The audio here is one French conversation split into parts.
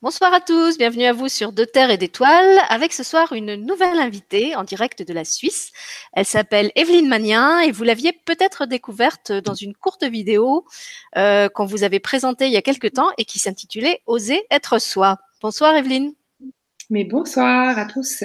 Bonsoir à tous, bienvenue à vous sur De Terre et d'Étoiles, avec ce soir une nouvelle invitée en direct de la Suisse. Elle s'appelle Evelyne Magnien et vous l'aviez peut-être découverte dans une courte vidéo qu'on vous avait présentée il y a quelque temps et qui s'intitulait Oser être soi. Bonsoir Evelyne. Mais bonsoir à tous.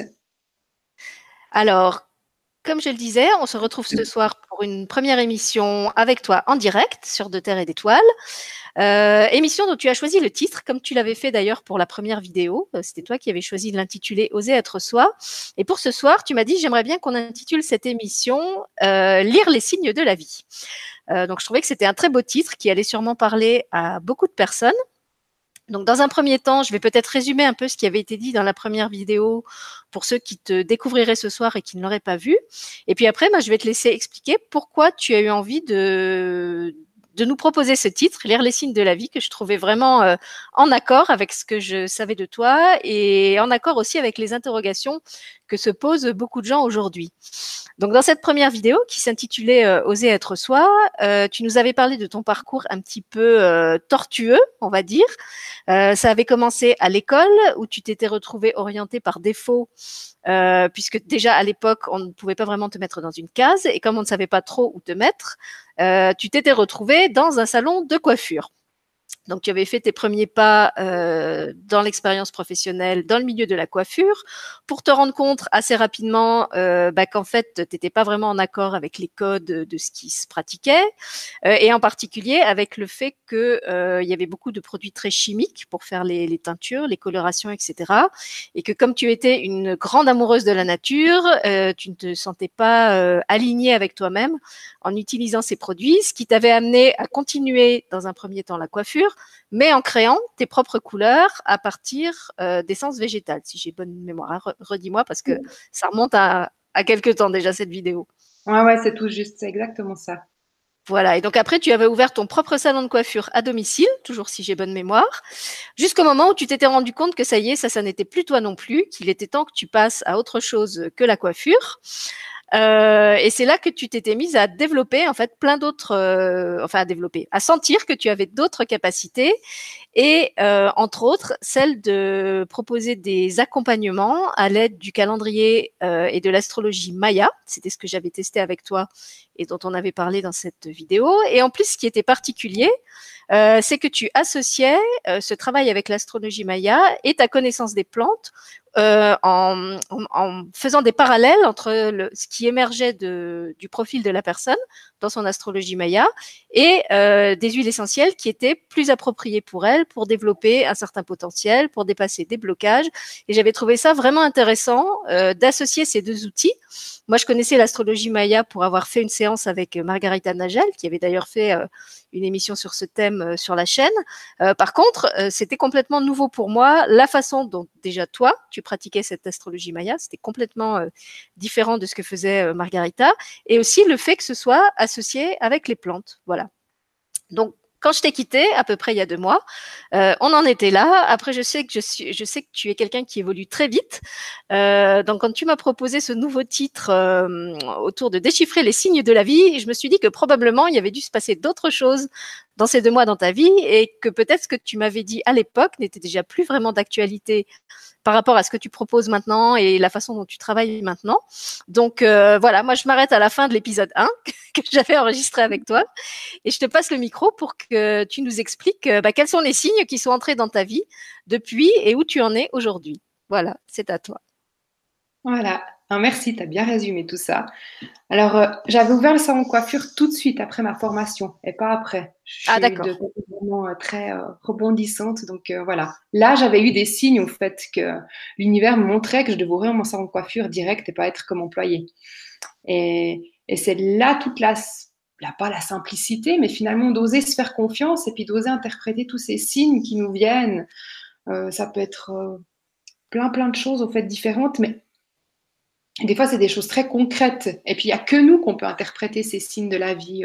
Alors, comme je le disais, on se retrouve ce soir pour une première émission avec toi en direct sur De Terre et d'Étoiles. Émission dont tu as choisi le titre, comme tu l'avais fait d'ailleurs pour la première vidéo. C'était toi qui avais choisi de l'intituler Oser être soi. Et pour ce soir, tu m'as dit j'aimerais bien qu'on intitule cette émission Lire les signes de la vie. Donc je trouvais que c'était un très beau titre qui allait sûrement parler à beaucoup de personnes. Donc, dans un premier temps, je vais peut-être résumer un peu ce qui avait été dit dans la première vidéo pour ceux qui te découvriraient ce soir et qui ne l'auraient pas vu. Et puis après, je vais te laisser expliquer pourquoi tu as eu envie de nous proposer ce titre, Lire les signes de la vie, que je trouvais vraiment en accord avec ce que je savais de toi et en accord aussi avec les interrogations que se posent beaucoup de gens aujourd'hui. Donc, dans cette première vidéo qui s'intitulait Oser être soi, tu nous avais parlé de ton parcours un petit peu tortueux, on va dire. Ça avait commencé à l'école où tu t'étais retrouvée orientée par défaut, puisque déjà à l'époque, on ne pouvait pas vraiment te mettre dans une case. Et comme on ne savait pas trop où te mettre, tu t'étais retrouvée dans un salon de coiffure. Donc, tu avais fait tes premiers pas dans l'expérience professionnelle, dans le milieu de la coiffure, pour te rendre compte assez rapidement qu'en fait, tu n'étais pas vraiment en accord avec les codes de ce qui se pratiquait, et en particulier avec le fait qu'il y avait beaucoup de produits très chimiques pour faire les teintures, les colorations, etc. Et que comme tu étais une grande amoureuse de la nature, tu ne te sentais pas alignée avec toi-même en utilisant ces produits, ce qui t'avait amené à continuer dans un premier temps la coiffure, mais en créant tes propres couleurs à partir d'essences végétales, si j'ai bonne mémoire. Redis-moi parce que ça remonte à quelques temps déjà cette vidéo. Ouais, ouais, c'est tout juste, c'est exactement ça. Voilà, et donc après, tu avais ouvert ton propre salon de coiffure à domicile, toujours si j'ai bonne mémoire, jusqu'au moment où tu t'étais rendu compte que ça y est, ça n'était plus toi non plus, qu'il était temps que tu passes à autre chose que la coiffure. Et c'est là que tu t'étais mise à développer en fait plein d'autres, enfin à développer, à sentir que tu avais d'autres capacités et entre autres celle de proposer des accompagnements à l'aide du calendrier et de l'astrologie Maya. C'était ce que j'avais testé avec toi et dont on avait parlé dans cette vidéo. Et en plus, ce qui était particulier, c'est que tu associais ce travail avec l'astrologie Maya et ta connaissance des plantes en faisant des parallèles entre ce qui émergeait du profil de la personne dans son astrologie Maya et des huiles essentielles qui étaient plus appropriées pour elle pour développer un certain potentiel, pour dépasser des blocages. Et j'avais trouvé ça vraiment intéressant d'associer ces deux outils. Moi, je connaissais l'astrologie Maya pour avoir fait une séance avec Margarita Nagel, qui avait d'ailleurs fait une émission sur ce thème sur la chaîne. Par contre, c'était complètement nouveau pour moi. La façon dont déjà toi, tu pratiquais cette astrologie Maya, c'était complètement différent de ce que faisait Margarita. Et aussi le fait que ce soit associé avec les plantes. Voilà. Donc, quand je t'ai quitté, à peu près il y a 2 mois, on en était là. Après, je sais que tu es quelqu'un qui évolue très vite. Donc, quand tu m'as proposé ce nouveau titre autour de déchiffrer les signes de la vie, je me suis dit que probablement il y avait dû se passer d'autres choses dans ces 2 mois dans ta vie et que peut-être ce que tu m'avais dit à l'époque n'était déjà plus vraiment d'actualité par rapport à ce que tu proposes maintenant et la façon dont tu travailles maintenant. Donc voilà, moi je m'arrête à la fin de l'épisode 1 que j'avais enregistré avec toi et je te passe le micro pour que tu nous expliques quels sont les signes qui sont entrés dans ta vie depuis et où tu en es aujourd'hui. Voilà, c'est à toi. Voilà. Merci, tu as bien résumé tout ça. Alors, j'avais ouvert le salon de coiffure tout de suite après ma formation et pas après. Je Ah suis de d'accord. vraiment très rebondissante. Donc, voilà. Là, j'avais eu des signes au fait que l'univers me montrait que je devais ouvrir mon salon de coiffure direct et pas être comme employé. Et c'est là toute pas la simplicité, mais finalement d'oser se faire confiance et puis d'oser interpréter tous ces signes qui nous viennent. Ça peut être plein de choses au fait différentes, mais des fois c'est des choses très concrètes. Et puis il n'y a que nous qu'on peut interpréter ces signes de la vie.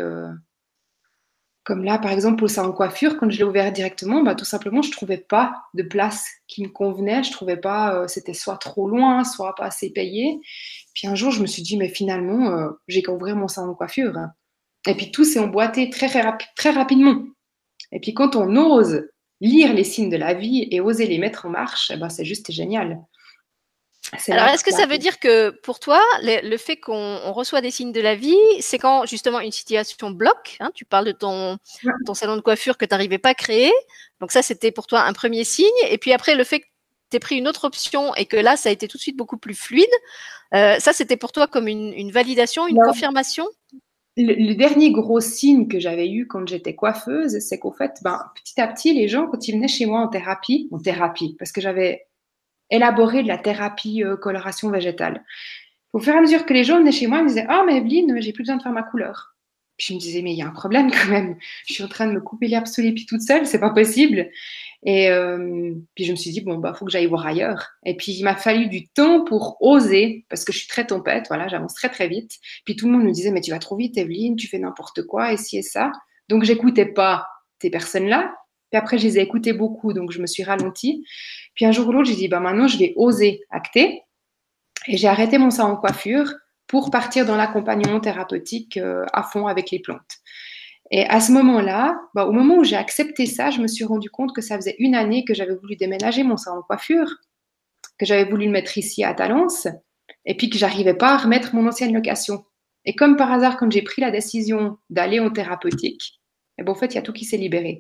Comme là, par exemple, au salon de coiffure, quand je l'ai ouvert directement, tout simplement, je trouvais pas de place qui me convenait. Je trouvais pas, c'était soit trop loin, soit pas assez payé. Puis un jour, je me suis dit, mais finalement, j'ai qu'à ouvrir mon salon de coiffure, hein. Et puis tout s'est emboîté très rapidement. Et puis quand on ose lire les signes de la vie et oser les mettre en marche, eh ben, c'est juste génial. C'est Alors, là est-ce toute que la... ça veut dire que pour toi, le fait qu'on reçoit des signes de la vie, c'est quand justement une situation bloque, hein, tu parles de ton salon de coiffure que tu n'arrivais pas à créer, donc ça c'était pour toi un premier signe, et puis après le fait que tu aies pris une autre option et que là ça a été tout de suite beaucoup plus fluide, ça c'était pour toi comme une validation, une Alors, confirmation? le dernier gros signe que j'avais eu quand j'étais coiffeuse, c'est qu'au fait, ben, petit à petit, les gens, quand ils venaient chez moi en thérapie, parce que j'avais élaboré de la thérapie coloration végétale. Au fur et à mesure que les gens venaient chez moi, ils me disaient: «Ah, mais Evelyne, j'ai plus besoin de faire ma couleur». Puis je me disais: «Mais il y a un problème quand même. Je suis en train de me couper l'herbe sous les pieds toute seule, c'est pas possible». Et puis je me suis dit: «Bon, bah, faut que j'aille voir ailleurs». Et puis il m'a fallu du temps pour oser, parce que je suis très tempête, voilà, j'avance très, très vite. Puis tout le monde me disait: «Mais tu vas trop vite, Evelyne, tu fais n'importe quoi, et ci et ça». Donc j'écoutais pas ces personnes-là. Puis après, je les ai écoutées beaucoup, donc je me suis ralentie. Puis un jour ou l'autre, j'ai dit: «Bah, maintenant, je vais oser acter». Et j'ai arrêté mon salon de coiffure pour partir dans l'accompagnement thérapeutique à fond avec les plantes. Et à ce moment-là, bah, au moment où j'ai accepté ça, je me suis rendu compte que ça faisait une année que j'avais voulu déménager mon salon de coiffure, que j'avais voulu le mettre ici à Talence, et puis que j'arrivais pas à remettre mon ancienne location. Et comme par hasard, quand j'ai pris la décision d'aller en thérapeutique, et ben, en fait, il y a tout qui s'est libéré.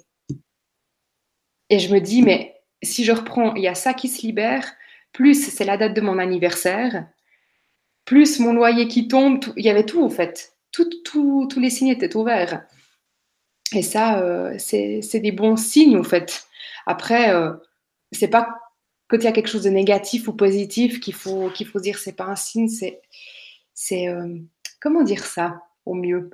Et je me dis, mais si je reprends, il y a ça qui se libère, plus c'est la date de mon anniversaire, plus mon loyer qui tombe, il y avait tout en fait. Tous les signes étaient ouverts. Et ça, c'est des bons signes en fait. Après, c'est pas quand il y a quelque chose de négatif ou positif qu'il faut dire c'est pas un signe, c'est comment dire ça au mieux.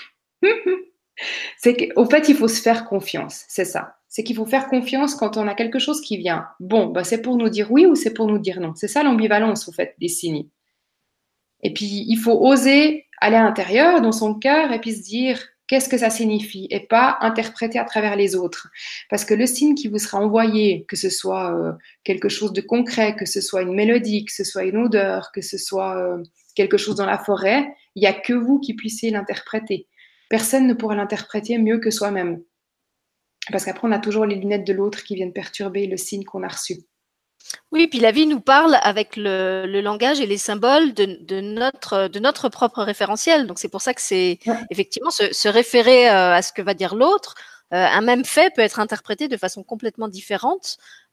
C'est qu'au fait, il faut se faire confiance, c'est ça. C'est qu'il faut faire confiance quand on a quelque chose qui vient. Bon, bah, c'est pour nous dire oui ou c'est pour nous dire non. C'est ça l'ambivalence, au fait, des signes. Et puis, il faut oser aller à l'intérieur, dans son cœur, et puis se dire qu'est-ce que ça signifie, et pas interpréter à travers les autres. Parce que le signe qui vous sera envoyé, que ce soit quelque chose de concret, que ce soit une mélodie, que ce soit une odeur, que ce soit quelque chose dans la forêt, il n'y a que vous qui puissiez l'interpréter. Personne ne pourra l'interpréter mieux que soi-même. Parce qu'après, on a toujours les lunettes de l'autre qui viennent perturber le signe qu'on a reçu. Oui, puis la vie nous parle avec le langage et les symboles de notre propre référentiel. Donc c'est pour ça que c'est Ouais. effectivement se référer à ce que va dire l'autre. Un même fait peut être interprété de façon complètement différente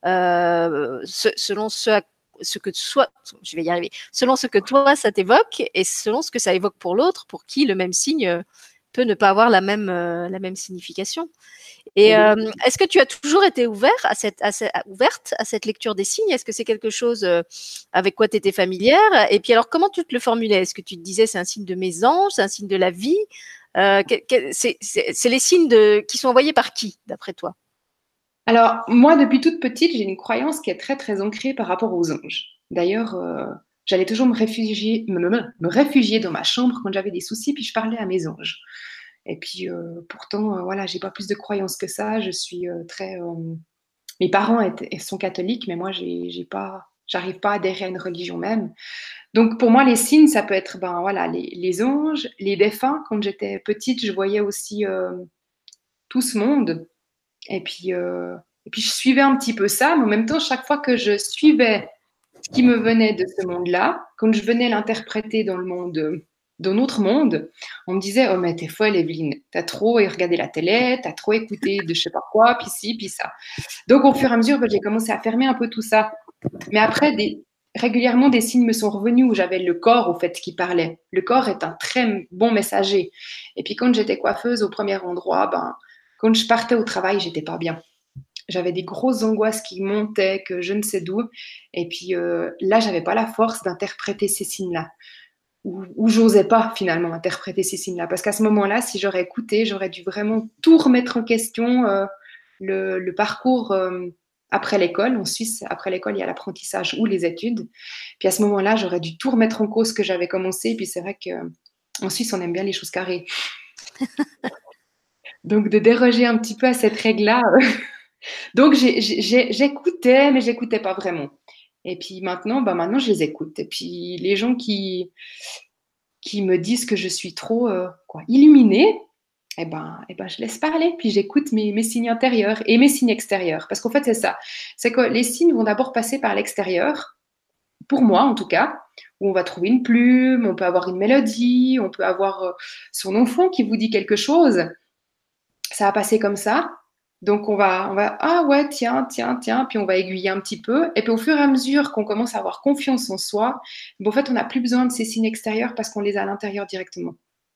selon ce que soit, je vais y arriver, selon ce que toi ça t'évoque et selon ce que ça évoque pour l'autre, pour qui le même signe peut ne pas avoir la même signification. Et est-ce que tu as toujours été ouverte à cette lecture des signes? Est-ce que c'est quelque chose avec quoi tu étais familière? Et puis alors, comment tu te le formulais? Est-ce que tu te disais c'est un signe de mes anges, c'est un signe de la vie? C'est les signes qui sont envoyés par qui, d'après toi? Alors, moi, depuis toute petite, j'ai une croyance qui est très, très ancrée par rapport aux anges. D'ailleurs, j'allais toujours me réfugier dans ma chambre quand j'avais des soucis, puis je parlais à mes anges. Et puis, pourtant, voilà, j'ai pas plus de croyances que ça. Je suis très. Mes parents sont catholiques, mais moi, j'arrive pas à adhérer à une religion même. Donc, pour moi, les signes, ça peut être, ben voilà, les anges, les défunts. Quand j'étais petite, je voyais aussi tout ce monde. Et puis, je suivais un petit peu ça, mais en même temps, chaque fois que je suivais ce qui me venait de ce monde-là, quand je venais l'interpréter dans le monde, dans notre monde, on me disait: «Oh, mais t'es folle, Evelyne, t'as trop regardé la télé, t'as trop écouté de je sais pas quoi, puis ci, puis ça». Donc, au fur et à mesure, j'ai commencé à fermer un peu tout ça. Mais après, régulièrement, des signes me sont revenus où j'avais le corps, au fait, qui parlait. Le corps est un très bon messager. Et puis, quand j'étais coiffeuse au premier endroit, ben, quand je partais au travail, j'étais pas bien. J'avais des grosses angoisses qui montaient, que je ne sais d'où. Et puis là, j'avais pas la force d'interpréter ces signes-là. Ou j'osais pas finalement interpréter ces signes-là. Parce qu'à ce moment-là, si j'aurais écouté, j'aurais dû vraiment tout remettre en question. Le parcours après l'école. En Suisse, après l'école, il y a l'apprentissage ou les études. Puis à ce moment-là, j'aurais dû tout remettre en cause ce que j'avais commencé. Et puis c'est vrai qu'en Suisse, on aime bien les choses carrées. Donc de déroger un petit peu à cette règle-là. Donc j'écoutais, mais j'écoutais pas vraiment. Et puis maintenant, bah maintenant je les écoute. Et puis les gens qui me disent que je suis trop quoi, illuminée, je laisse parler, puis j'écoute mes signes intérieurs et mes signes extérieurs. Parce qu'en fait, c'est ça. C'est que les signes vont d'abord passer par l'extérieur, pour moi en tout cas, où on va trouver une plume, on peut avoir une mélodie, on peut avoir son enfant qui vous dit quelque chose. Ça va passer comme ça. Donc ah ouais, tiens, tiens, tiens, puis on va aiguiller un petit peu. Et puis au fur et à mesure qu'on commence à avoir confiance en soi, en fait, on n'a plus besoin de ces signes extérieurs parce qu'on les a à l'intérieur directement.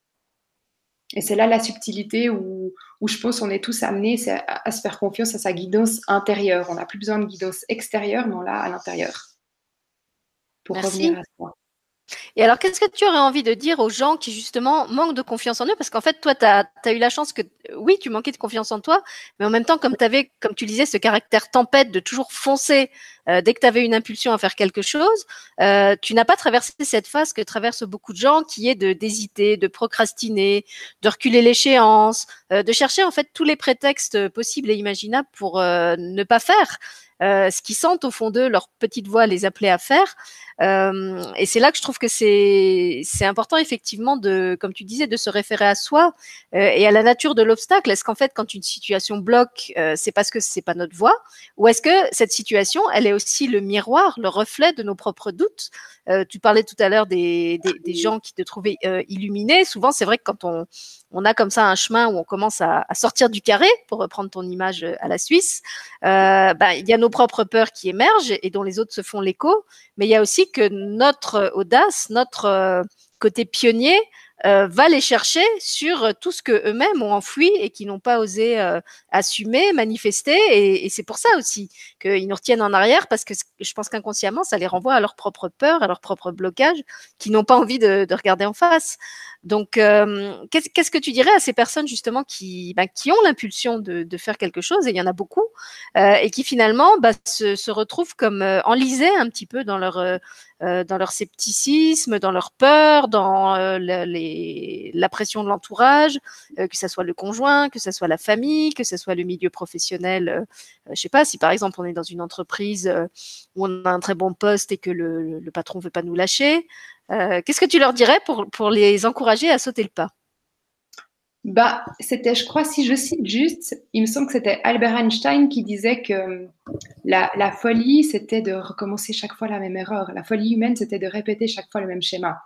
Et c'est là la subtilité où je pense qu'on est tous amenés à se faire confiance à sa guidance intérieure. On n'a plus besoin de guidance extérieure, mais on l'a à l'intérieur pour revenir Merci. à soi. Et alors, qu'est-ce que tu aurais envie de dire aux gens qui, justement, manquent de confiance en eux? Parce qu'en fait, toi, tu as eu la chance que, oui, tu manquais de confiance en toi, mais en même temps, comme tu avais, comme tu disais, ce caractère tempête de toujours foncer dès que tu avais une impulsion à faire quelque chose, tu n'as pas traversé cette phase que traversent beaucoup de gens, qui est d'hésiter, de procrastiner, de reculer l'échéance, de chercher, en fait, tous les prétextes possibles et imaginables pour ne pas faire ce qu'ils sentent au fond d'eux, leur petite voix les appelait à faire. Et c'est là que je trouve que c'est important effectivement de, comme tu disais, de se référer à soi et à la nature de l'obstacle. Est-ce qu'en fait, quand une situation bloque, c'est parce que c'est pas notre voie, ou est-ce que cette situation, elle est aussi le miroir, le reflet de nos propres doutes? Tu parlais tout à l'heure des gens qui te trouvaient illuminés. Souvent, c'est vrai que quand on a comme ça un chemin où on commence à sortir du carré, pour reprendre ton image à la Suisse, il y a nos propres peurs qui émergent et dont les autres se font l'écho, mais il y a aussi que notre audace, notre côté pionnier va les chercher sur tout ce que eux-mêmes ont enfoui et qui n'ont pas osé assumer, manifester. Et c'est pour ça aussi qu'ils nous retiennent en arrière, parce que je pense qu'inconsciemment, ça les renvoie à leurs propres peurs, à leurs propres blocages, qu'ils n'ont pas envie de regarder en face. Donc, qu'est-ce que tu dirais à ces personnes justement qui ont l'impulsion de faire quelque chose, et il y en a beaucoup, et qui finalement se retrouvent comme enlisés un petit peu dans leur scepticisme, dans leur peur, dans la pression de l'entourage, que ce soit le conjoint, que ce soit la famille, que ce soit le milieu professionnel. Je sais pas, si par exemple on est dans une entreprise où on a un très bon poste et que le patron veut pas nous lâcher, qu'est-ce que tu leur dirais pour les encourager à sauter le pas? C'était, je crois, si je cite juste, il me semble que c'était Albert Einstein qui disait que la folie, c'était de recommencer chaque fois la même erreur. La folie humaine, c'était de répéter chaque fois le même schéma.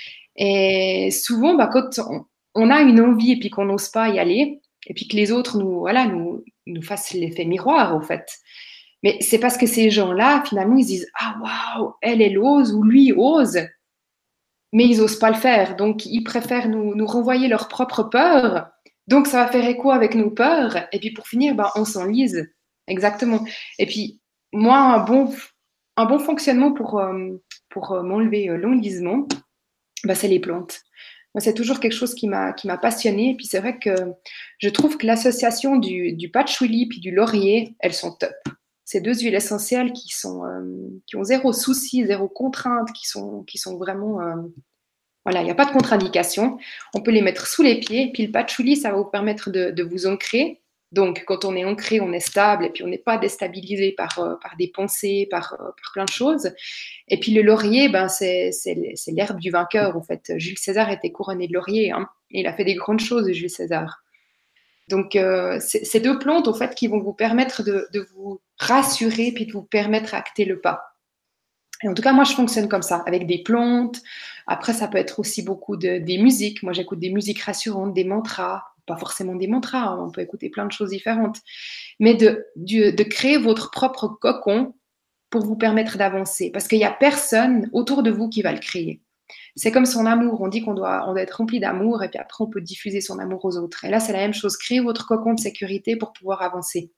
Et souvent, quand on a une envie et puis qu'on n'ose pas y aller, et puis que les autres nous fassent l'effet miroir, au fait. Mais c'est parce que ces gens-là, finalement, ils se disent, ah waouh, elle ose ou lui ose, mais ils osent pas le faire. Donc, ils préfèrent nous renvoyer leurs propres peurs. Donc, ça va faire écho avec nos peurs. Et puis, pour finir, on s'enlise. Exactement. Et puis, moi, un bon fonctionnement pour m'enlever l'enlisement, c'est les plantes. Moi, c'est toujours quelque chose qui m'a passionnée. Et puis, c'est vrai que je trouve que l'association du patchouli puis du laurier, elles sont top. Ces deux huiles essentielles qui ont zéro souci, zéro contrainte, qui sont vraiment voilà, il n'y a pas de contre-indication. On peut les mettre sous les pieds. Puis le patchouli, ça va vous permettre de vous ancrer. Donc, quand on est ancré, on est stable et puis on n'est pas déstabilisé par des pensées, par plein de choses. Et puis le laurier, c'est l'herbe du vainqueur, en fait. Jules César était couronné de laurier, hein, et il a fait des grandes choses, Jules César. Donc, c'est ces deux plantes, en fait, qui vont vous permettre de vous rassurer puis de vous permettre d'acter le pas. Et en tout cas, moi, je fonctionne comme ça, avec des plantes. Après, ça peut être aussi beaucoup des musiques. Moi, j'écoute des musiques rassurantes, des mantras. Pas forcément des mantras, hein, on peut écouter plein de choses différentes. Mais de créer votre propre cocon pour vous permettre d'avancer. Parce qu'il n'y a personne autour de vous qui va le créer. C'est comme son amour. On dit qu'on doit être rempli d'amour et puis après, on peut diffuser son amour aux autres. Et là, c'est la même chose. Créez votre cocon de sécurité pour pouvoir avancer.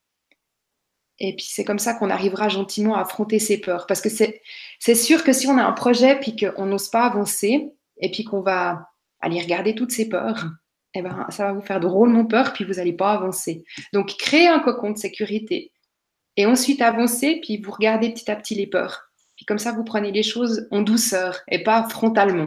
Et puis c'est comme ça qu'on arrivera gentiment à affronter ses peurs. Parce que c'est sûr que si on a un projet puis qu'on n'ose pas avancer et puis qu'on va aller regarder toutes ses peurs, ça va vous faire drôlement peur puis vous n'allez pas avancer. Donc créez un cocon de sécurité et ensuite avancez puis vous regardez petit à petit les peurs. Puis comme ça vous prenez les choses en douceur et pas frontalement.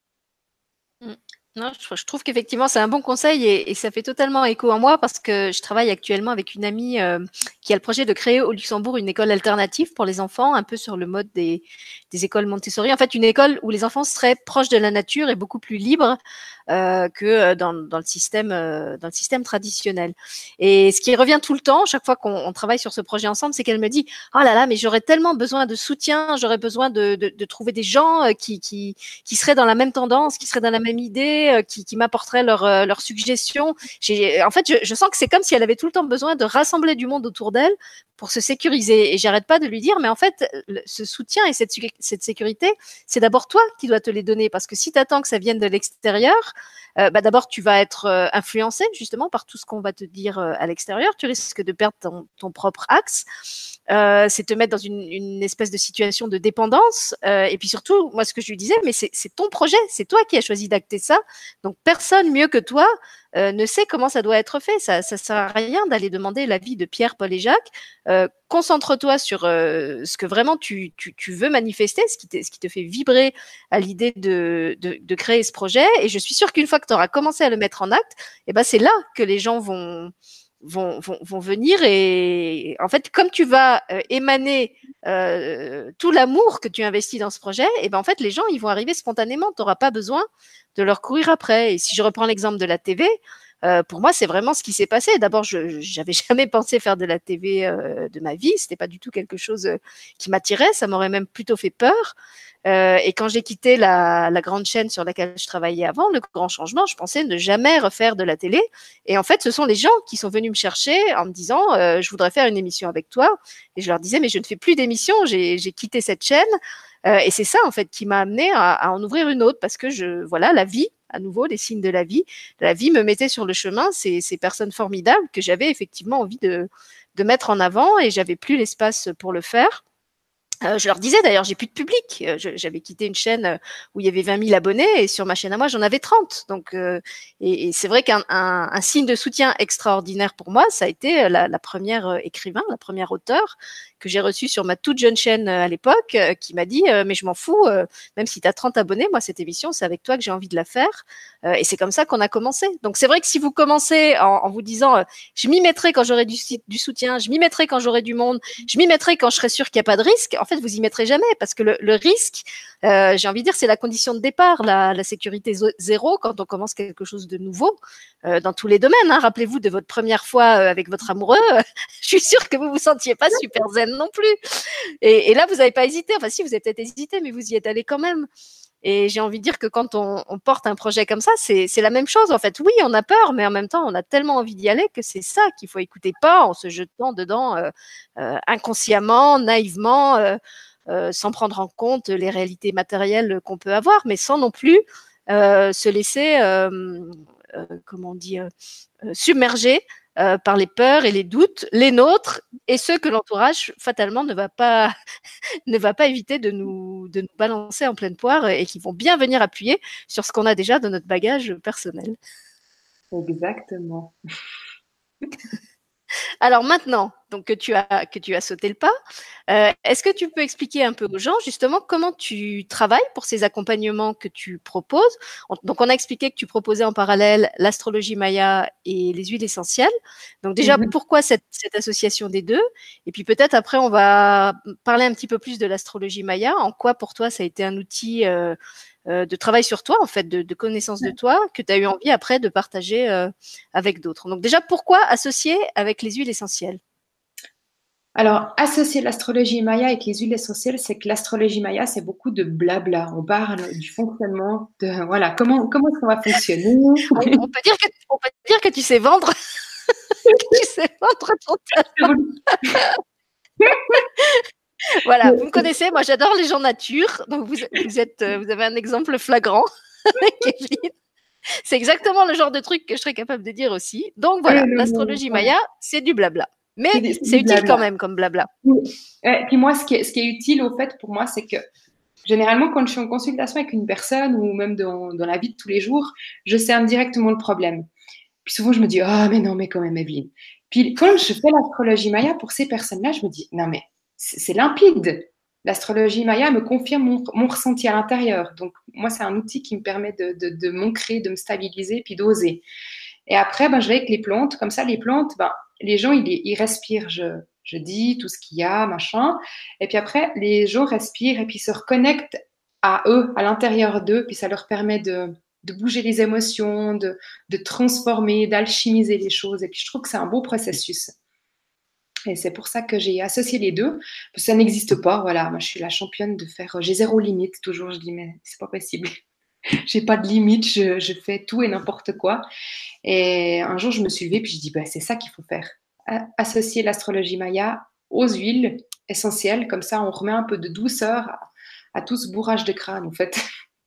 Non, je trouve qu'effectivement, c'est un bon conseil et ça fait totalement écho en moi, parce que je travaille actuellement avec une amie qui a le projet de créer au Luxembourg une école alternative pour les enfants, un peu sur le mode des écoles Montessori. En fait, une école où les enfants seraient proches de la nature et beaucoup plus libres que dans le système traditionnel. Et ce qui revient tout le temps, chaque fois qu'on travaille sur ce projet ensemble, c'est qu'elle me dit « Oh là là, mais j'aurais tellement besoin de soutien, j'aurais besoin de trouver des gens qui seraient dans la même tendance, qui seraient dans la même idée, qui m'apporteraient leurs suggestions. » En fait, je sens que c'est comme si elle avait tout le temps besoin de rassembler du monde autour d'elle pour se sécuriser. Et j'arrête pas de lui dire, mais en fait, ce soutien et cette sécurité, c'est d'abord toi qui dois te les donner. Parce que si tu attends que ça vienne de l'extérieur, d'abord, tu vas être influencé justement par tout ce qu'on va te dire à l'extérieur. Tu risques de perdre ton propre axe. C'est te mettre dans une espèce de situation de dépendance. Et puis surtout, moi, ce que je lui disais, mais c'est ton projet, c'est toi qui as choisi d'acter ça. Donc, personne mieux que toi ne sait comment ça doit être fait. Ça sert à rien d'aller demander l'avis de Pierre, Paul et Jacques. Concentre-toi sur ce que vraiment tu veux manifester, ce qui te fait vibrer à l'idée de créer ce projet. Et je suis sûre qu'une fois que tu auras commencé à le mettre en acte, eh ben c'est là que les gens vont venir. Et en fait, comme tu vas émaner tout l'amour que tu investis dans ce projet, et ben en fait, les gens, ils vont arriver spontanément. Tu n'auras pas besoin de leur courir après. Et si je reprends l'exemple de la TV, pour moi, c'est vraiment ce qui s'est passé. D'abord, je n'avais jamais pensé faire de la TV de ma vie. C'était pas du tout quelque chose qui m'attirait. Ça m'aurait même plutôt fait peur. Et quand j'ai quitté la grande chaîne sur laquelle je travaillais avant, Le Grand Changement, je pensais ne jamais refaire de la télé. Et en fait, ce sont les gens qui sont venus me chercher en me disant je voudrais faire une émission avec toi. Et je leur disais mais je ne fais plus d'émission, j'ai quitté cette chaîne. Et c'est ça en fait qui m'a amené à en ouvrir une autre parce que voilà, la vie, à nouveau les signes de la vie me mettait sur le chemin ces personnes formidables que j'avais effectivement envie de mettre en avant et j'avais plus l'espace pour le faire. Je leur disais d'ailleurs, j'ai plus de public. J'avais quitté une chaîne où il y avait 20 000 abonnés et sur ma chaîne à moi, j'en avais 30. Donc, et c'est vrai qu'un signe de soutien extraordinaire pour moi, ça a été la première écrivain, la première auteure que j'ai reçue sur ma toute jeune chaîne à l'époque, qui m'a dit mais je m'en fous, même si tu as 30 abonnés, moi cette émission, c'est avec toi que j'ai envie de la faire. Et c'est comme ça qu'on a commencé. Donc c'est vrai que si vous commencez en vous disant je m'y mettrai quand j'aurai du soutien, je m'y mettrai quand j'aurai du monde, je m'y mettrai quand je serai sûr qu'il n'y a pas de risque, en fait, vous y mettrez jamais parce que le risque, j'ai envie de dire, c'est la condition de départ, la sécurité zéro quand on commence quelque chose de nouveau dans tous les domaines. Hein. Rappelez-vous de votre première fois avec votre amoureux. Je suis sûre que vous vous sentiez pas super zen non plus. Et là, vous n'avez pas hésité. Enfin, si, vous avez peut-être hésité, mais vous y êtes allé quand même. Et j'ai envie de dire que quand on porte un projet comme ça, c'est la même chose. En fait, oui, on a peur, mais en même temps, on a tellement envie d'y aller que c'est ça qu'il faut écouter, pas en se jetant dedans inconsciemment, naïvement, sans prendre en compte les réalités matérielles qu'on peut avoir, mais sans non plus se laisser, comment on dit, submerger par les peurs et les doutes, les nôtres et ceux que l'entourage fatalement ne va pas éviter de nous balancer en pleine poire et qui vont bien venir appuyer sur ce qu'on a déjà dans notre bagage personnel. Exactement. Alors maintenant, donc que tu as sauté le pas, est-ce que tu peux expliquer un peu aux gens justement comment tu travailles pour ces accompagnements que tu proposes? Donc on a expliqué que tu proposais en parallèle l'astrologie maya et les huiles essentielles. Donc déjà, pourquoi cette association des deux? Et puis peut-être après, on va parler un petit peu plus de l'astrologie maya. En quoi pour toi ça a été un outil de travail sur toi, en fait, de connaissance de toi, que tu as eu envie après de partager avec d'autres. Donc déjà, pourquoi associer avec les huiles essentielles? Alors, associer l'astrologie maya avec les huiles essentielles, c'est que l'astrologie maya, c'est beaucoup de blabla. On parle du fonctionnement, de voilà, comment est-ce qu'on va fonctionner. On peut dire que tu sais vendre, que tu sais vendre ton talent. Voilà, vous me connaissez, moi j'adore les gens nature, donc vous avez un exemple flagrant, Kevin. C'est exactement le genre de truc que je serais capable de dire aussi. Donc voilà, l'astrologie maya, c'est du blabla. Mais c'est utile quand même comme blabla. Et puis moi, ce qui est utile au fait pour moi, c'est que généralement, quand je suis en consultation avec une personne ou même dans la vie de tous les jours, je cerne directement le problème. Puis souvent, je me dis, ah, mais non, mais quand même, Evelyne. Puis quand je fais l'astrologie maya pour ces personnes-là, je me dis, non, mais c'est limpide. L'astrologie maya me confirme mon ressenti à l'intérieur. Donc, moi, c'est un outil qui me permet de m'ancrer, de me stabiliser, puis d'oser. Et après, ben, je vais avec les plantes. Comme ça, les plantes, ben, les gens, ils respirent. Je dis tout ce qu'il y a, machin. Et puis après, les gens respirent et puis se reconnectent à eux, à l'intérieur d'eux. Puis ça leur permet bouger les émotions, de transformer, d'alchimiser les choses. Et puis, je trouve que c'est un beau processus. Et c'est pour ça que j'ai associé les deux. Parce que ça n'existe pas. Voilà, moi, je suis la championne de faire. J'ai zéro limite. Toujours, je dis, mais c'est pas possible. J'ai pas de limite. Je fais tout et n'importe quoi. Et un jour, je me suis levée, puis je dis, bah, c'est ça qu'il faut faire. Associer l'astrologie maya aux huiles essentielles. Comme ça, on remet un peu de douceur à tout ce bourrage de crâne, en fait.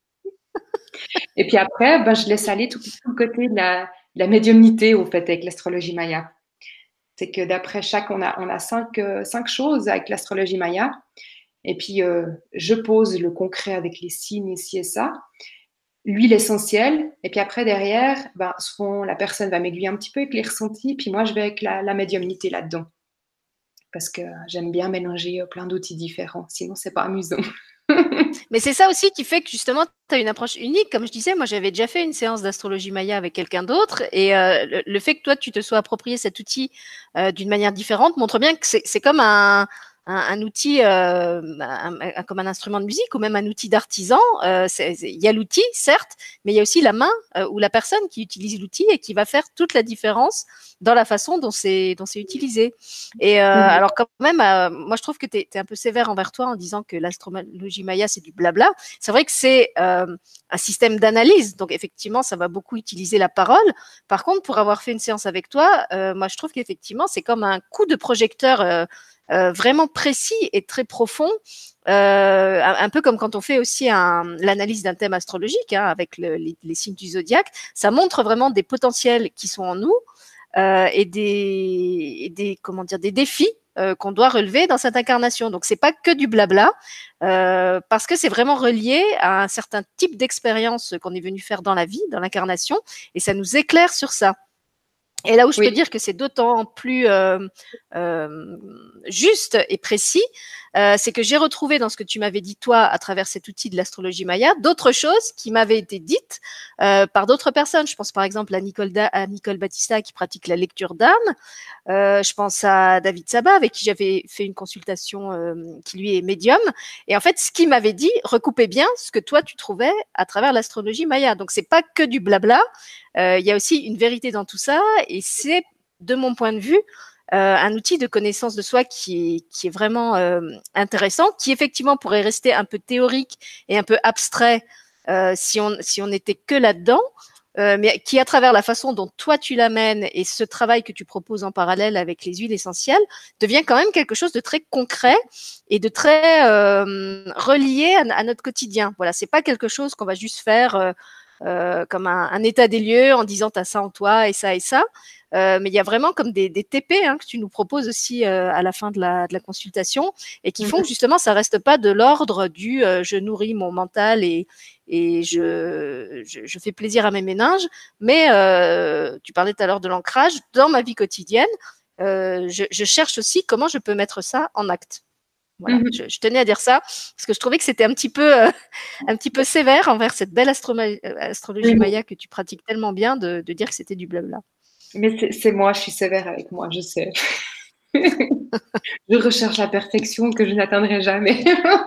Et puis après, ben, je laisse aller tout le côté de la médiumnité, au fait, avec l'astrologie maya. C'est que d'après chaque, on a cinq choses avec l'astrologie maya. Et puis, je pose le concret avec les signes ici et ça. L'huile essentielle. Et puis après, derrière, ben, souvent, la personne va m'aiguiller un petit peu avec les ressentis. Puis moi, je vais avec la médiumnité là-dedans. Parce que j'aime bien mélanger plein d'outils différents. Sinon, c'est pas amusant. Mais c'est ça aussi qui fait que justement, tu as une approche unique. Comme je disais, moi, j'avais déjà fait une séance d'astrologie maya avec quelqu'un d'autre. Et le fait que toi, tu te sois approprié cet outil d'une manière différente montre bien que c'est comme un outil, comme un instrument de musique ou même un outil d'artisan. Il y a l'outil, certes, mais il y a aussi la main ou la personne qui utilise l'outil et qui va faire toute la différence dans la façon dont c'est utilisé. Et alors quand même, moi je trouve que tu es un peu sévère envers toi en disant que l'astrologie maya c'est du blabla. C'est vrai que c'est un système d'analyse, donc effectivement ça va beaucoup utiliser la parole. Par contre, pour avoir fait une séance avec toi, moi je trouve qu'effectivement c'est comme un coup de projecteur vraiment précis et très profond. Un peu comme quand on fait aussi l'analyse d'un thème astrologique avec les signes du zodiaque, ça montre vraiment des potentiels qui sont en nous et comment dire, des défis qu'on doit relever dans cette incarnation. Donc c'est pas que du blabla, parce que c'est vraiment relié à un certain type d'expérience qu'on est venu faire dans la vie, dans l'incarnation, et ça nous éclaire sur ça. Et là où je peux dire que c'est d'autant plus juste et précis, c'est que j'ai retrouvé dans ce que tu m'avais dit toi à travers cet outil de l'astrologie maya d'autres choses qui m'avaient été dites par d'autres personnes. Je pense par exemple à Nicole Battista qui pratique la lecture d'âme. Je pense à David Sabat avec qui j'avais fait une consultation qui lui est médium. Et en fait, ce qu'il m'avait dit recoupait bien ce que toi tu trouvais à travers l'astrologie maya. Donc c'est pas que du blabla. Il y a aussi une vérité dans tout ça et c'est, de mon point de vue, un outil de connaissance de soi qui est vraiment intéressant, qui effectivement pourrait rester un peu théorique et un peu abstrait si on n'était que là-dedans, mais qui, à travers la façon dont toi tu l'amènes et ce travail que tu proposes en parallèle avec les huiles essentielles, devient quand même quelque chose de très concret et de très relié à notre quotidien. Voilà, c'est pas quelque chose qu'on va juste faire comme un état des lieux en disant t'as ça en toi et ça et ça. Mais il y a vraiment comme des TP que tu nous proposes aussi à la fin de la consultation et qui font que justement ça reste pas de l'ordre du je nourris mon mental et je fais plaisir à mes méninges, mais tu parlais tout à l'heure de l'ancrage dans ma vie quotidienne. Je cherche aussi comment je peux mettre ça en acte. Voilà, je tenais à dire ça parce que je trouvais que c'était un petit peu sévère envers cette belle astrologie maya que tu pratiques tellement bien de dire que c'était du blabla. Mais c'est moi, je suis sévère avec moi, je sais. Je recherche la perfection que je n'atteindrai jamais.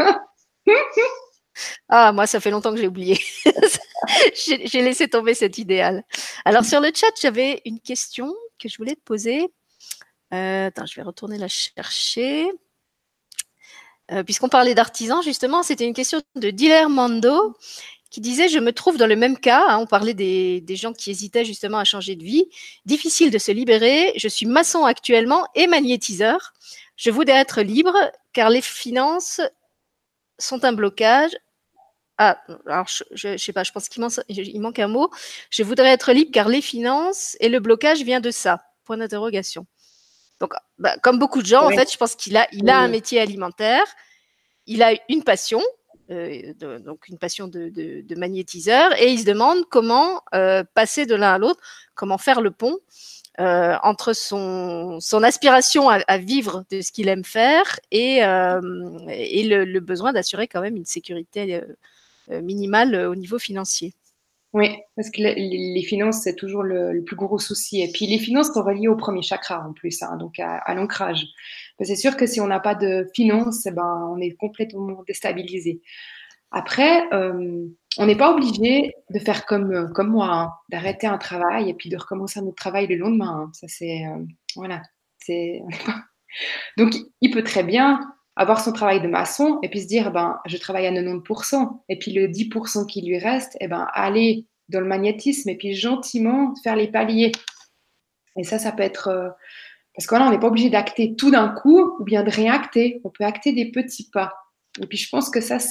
Ah, moi, ça fait longtemps que j'ai oublié. J'ai laissé tomber cet idéal. Alors, sur le chat, j'avais une question que je voulais te poser. Attends, je vais retourner la chercher. Puisqu'on parlait d'artisans, justement, c'était une question de Diller Mando qui disait « Je me trouve dans le même cas. » On parlait des gens qui hésitaient justement à changer de vie. « Difficile de se libérer. Je suis maçon actuellement et magnétiseur. Je voudrais être libre car les finances sont un blocage. » Ah, alors je sais pas, je pense qu'il manque un mot. « Je voudrais être libre car les finances et le blocage vient de ça. » Point d'interrogation. Donc, comme beaucoup de gens, en fait, je pense qu'il a un métier alimentaire, il a une passion, donc une passion de magnétiseur, et il se demande comment passer de l'un à l'autre, comment faire le pont entre son aspiration à vivre de ce qu'il aime faire et le besoin d'assurer quand même une sécurité minimale au niveau financier. Oui, parce que les finances, c'est toujours le plus gros souci. Et puis, les finances sont reliées au premier chakra en plus, donc à l'ancrage. C'est sûr que si on n'a pas de finances, on est complètement déstabilisé. Après, on n'est pas obligé de faire comme moi, hein, d'arrêter un travail et puis de recommencer un autre travail le lendemain, hein. Ça, c'est, voilà. C'est... Donc, il peut très bien avoir son travail de maçon et puis se dire, ben, je travaille à 90%, et puis le 10% qui lui reste, eh ben, aller dans le magnétisme et puis gentiment faire les paliers. Et ça peut être... parce que voilà, on n'est pas obligé d'acter tout d'un coup ou bien de rien acter. On peut acter des petits pas. Et puis, je pense que ça,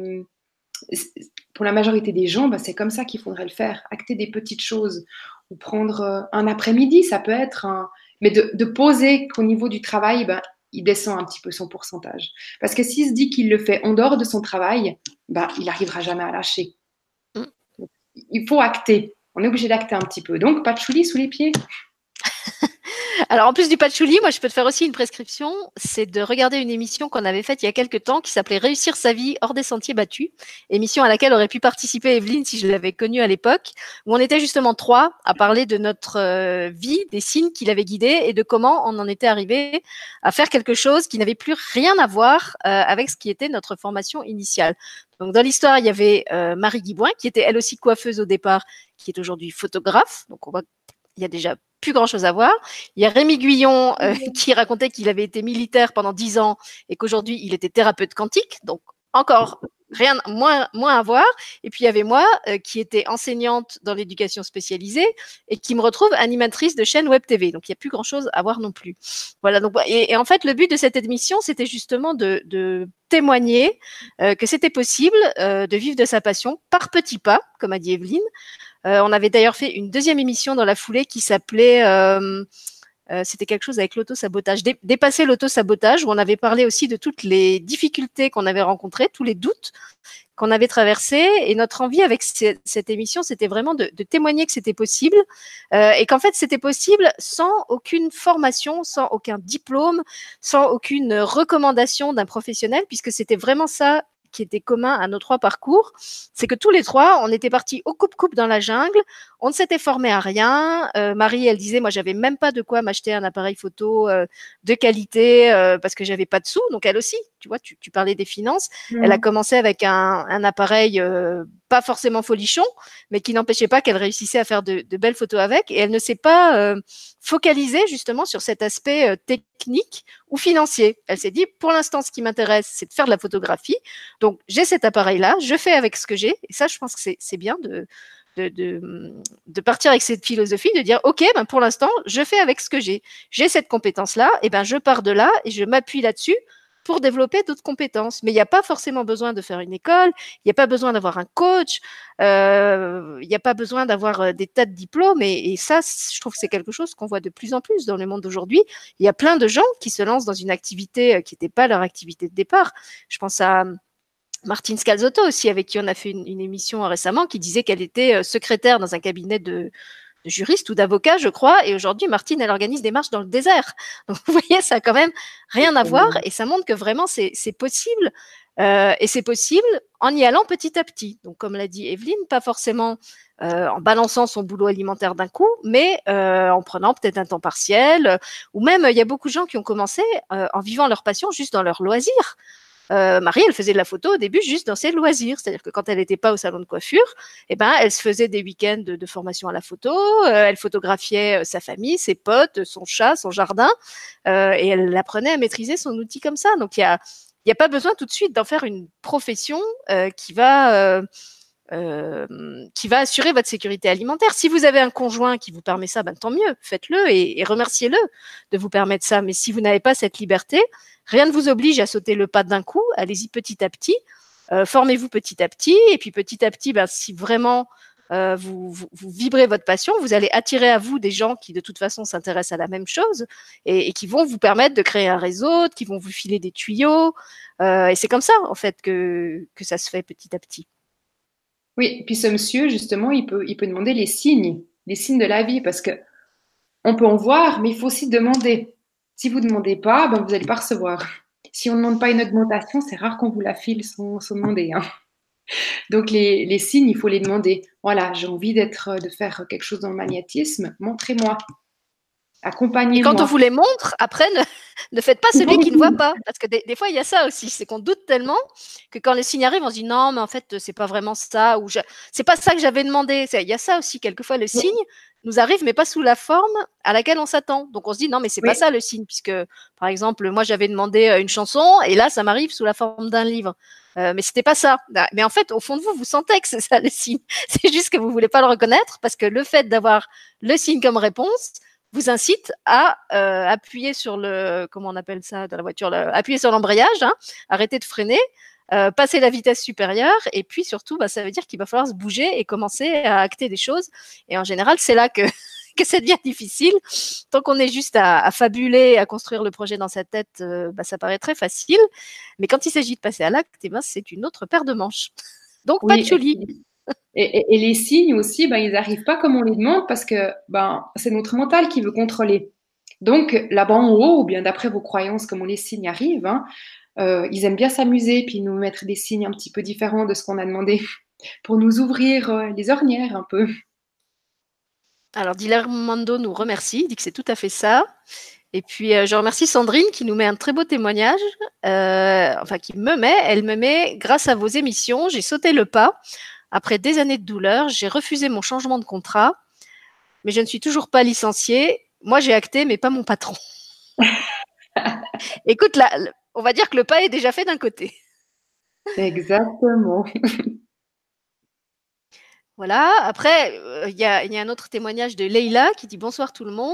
pour la majorité des gens, ben, c'est comme ça qu'il faudrait le faire. Acter des petites choses. Ou prendre un après-midi, ça peut être mais de poser qu'au niveau du travail, ben, il descend un petit peu son pourcentage. Parce que s'il se dit qu'il le fait en dehors de son travail, ben, il n'arrivera jamais à lâcher. Mm. Il faut acter. On est obligé d'acter un petit peu. Donc, pas de choulis sous les pieds. Alors, en plus du patchouli, moi, je peux te faire aussi une prescription. C'est de regarder une émission qu'on avait faite il y a quelques temps qui s'appelait Réussir sa vie hors des sentiers battus. Émission à laquelle aurait pu participer Evelyne si je l'avais connue à l'époque, où on était justement trois à parler de notre vie, des signes qui l'avaient guidée et de comment on en était arrivé à faire quelque chose qui n'avait plus rien à voir avec ce qui était notre formation initiale. Donc, dans l'histoire, il y avait Marie Guibouin, qui était elle aussi coiffeuse au départ, qui est aujourd'hui photographe. Donc, on voit qu'il y a déjà plus grand-chose à voir. Il y a Rémi Guyon qui racontait qu'il avait été militaire pendant 10 ans et qu'aujourd'hui, il était thérapeute quantique. Donc, encore rien, moins à voir. Et puis, il y avait moi qui était enseignante dans l'éducation spécialisée et qui me retrouve animatrice de chaîne Web TV. Donc, il n'y a plus grand-chose à voir non plus. Voilà. Donc, et en fait, le but de cette émission, c'était justement de témoigner que c'était possible de vivre de sa passion par petits pas, comme a dit Evelyne. On avait d'ailleurs fait une deuxième émission dans la foulée qui s'appelait c'était quelque chose avec l'auto-sabotage, dépasser l'auto-sabotage, où on avait parlé aussi de toutes les difficultés qu'on avait rencontrées, tous les doutes qu'on avait traversés. Et notre envie avec cette émission, c'était vraiment de témoigner que c'était possible et qu'en fait, c'était possible sans aucune formation, sans aucun diplôme, sans aucune recommandation d'un professionnel, puisque c'était vraiment ça qui était commun à nos trois parcours, c'est que tous les trois, on était partis au coupe-coupe dans la jungle, on ne s'était formé à rien. Marie, elle disait, moi, j'avais même pas de quoi m'acheter un appareil photo de qualité parce que j'avais pas de sous. Donc elle aussi, tu vois, tu parlais des finances. Elle a commencé avec un appareil pas forcément folichon, mais qui n'empêchait pas qu'elle réussissait à faire de belles photos avec. Et elle ne s'est pas focalisée justement sur cet aspect technique ou financier. Elle s'est dit, pour l'instant, ce qui m'intéresse, c'est de faire de la photographie. Donc, j'ai cet appareil-là, je fais avec ce que j'ai. Et ça, je pense que c'est bien de partir avec cette philosophie, de dire, OK, ben pour l'instant, je fais avec ce que j'ai. J'ai cette compétence-là, et ben je pars de là et je m'appuie là-dessus pour développer d'autres compétences. Mais il n'y a pas forcément besoin de faire une école, il n'y a pas besoin d'avoir un coach, il n'y a pas besoin d'avoir des tas de diplômes. Et ça, je trouve que c'est quelque chose qu'on voit de plus en plus dans le monde d'aujourd'hui. Il y a plein de gens qui se lancent dans une activité qui n'était pas leur activité de départ. Je pense à Martine Scalzotto aussi, avec qui on a fait une émission récemment, qui disait qu'elle était secrétaire dans un cabinet de juriste ou d'avocat, je crois, et aujourd'hui, Martine, elle organise des marches dans le désert. Donc, vous voyez, ça a quand même rien à voir, et ça montre que vraiment, c'est possible, et c'est possible en y allant petit à petit. Donc, comme l'a dit Evelyne, pas forcément en balançant son boulot alimentaire d'un coup, mais en prenant peut-être un temps partiel, ou même, il y a beaucoup de gens qui ont commencé en vivant leur passion juste dans leur loisir. Marie, elle faisait de la photo au début juste dans ses loisirs, c'est-à-dire que quand elle n'était pas au salon de coiffure, eh ben, elle se faisait des week-ends de formation à la photo, elle photographiait sa famille, ses potes, son chat, son jardin, et elle apprenait à maîtriser son outil comme ça. Donc il y a pas besoin tout de suite d'en faire une profession qui va assurer votre sécurité alimentaire. Si vous avez un conjoint qui vous permet ça, ben, tant mieux, faites-le et remerciez-le de vous permettre ça. Mais si vous n'avez pas cette liberté, rien ne vous oblige à sauter le pas d'un coup. Allez-y petit à petit, formez-vous petit à petit, et puis petit à petit, ben, si vraiment vous vibrez votre passion, vous allez attirer à vous des gens qui de toute façon s'intéressent à la même chose et qui vont vous permettre de créer un réseau, qui vont vous filer des tuyaux. Et c'est comme ça, en fait, que ça se fait petit à petit. Oui, et puis ce monsieur, justement, il peut demander les signes de la vie, parce que on peut en voir, mais il faut aussi demander. Si vous ne demandez pas, ben vous n'allez pas recevoir. Si on ne demande pas une augmentation, c'est rare qu'on vous la file sans demander, hein. Donc les signes, il faut les demander. Voilà, j'ai envie de faire quelque chose dans le magnétisme, montrez-moi, Et quand on accompagnez-moi. vous les montre, après, Ne faites pas celui qui ne voit pas. Parce que des fois, il y a ça aussi. C'est qu'on doute tellement que quand le signe arrive, on se dit non, mais en fait, c'est pas vraiment ça. Ou c'est pas ça que j'avais demandé. Il y a ça aussi. Quelquefois, le signe nous arrive, mais pas sous la forme à laquelle on s'attend. Donc, on se dit non, mais c'est pas Oui, ça le signe. Puisque, par exemple, moi, j'avais demandé une chanson et là, ça m'arrive sous la forme d'un livre. Mais c'était pas ça. Mais en fait, au fond de vous, vous sentez que c'est ça le signe. C'est juste que vous voulez pas le reconnaître parce que le fait d'avoir le signe comme réponse vous incite à appuyer sur le, comment on appelle ça dans la voiture, appuyer sur l'embrayage, hein, arrêter de freiner, passer la vitesse supérieure, et puis surtout, bah, ça veut dire qu'il va falloir se bouger et commencer à acter des choses. Et en général, c'est là que que ça devient difficile. Tant qu'on est juste à fabuler, à construire le projet dans sa tête, bah, ça paraît très facile. Mais quand il s'agit de passer à l'acte, eh ben, c'est une autre paire de manches. Donc, pas de oui. chouli. Et les signes aussi, ben, ils n'arrivent pas comme on les demande parce que ben, c'est notre mental qui veut contrôler. Donc là-bas en haut, ou bien d'après vos croyances, comment les signes arrivent, hein, ils aiment bien s'amuser puis nous mettre des signes un petit peu différents de ce qu'on a demandé pour nous ouvrir les ornières un peu. Alors, Dilermando nous remercie, il dit que c'est tout à fait ça. Et puis, je remercie Sandrine qui nous met un très beau témoignage, enfin elle me met, grâce à vos émissions, j'ai sauté le pas. Après des années de douleur, j'ai refusé mon changement de contrat, mais je ne suis toujours pas licenciée. Moi, j'ai acté, mais pas mon patron. Écoute, là, on va dire que le pas est déjà fait d'un côté. Exactement. Voilà. Après, y a un autre témoignage de Leïla qui dit bonsoir tout le monde.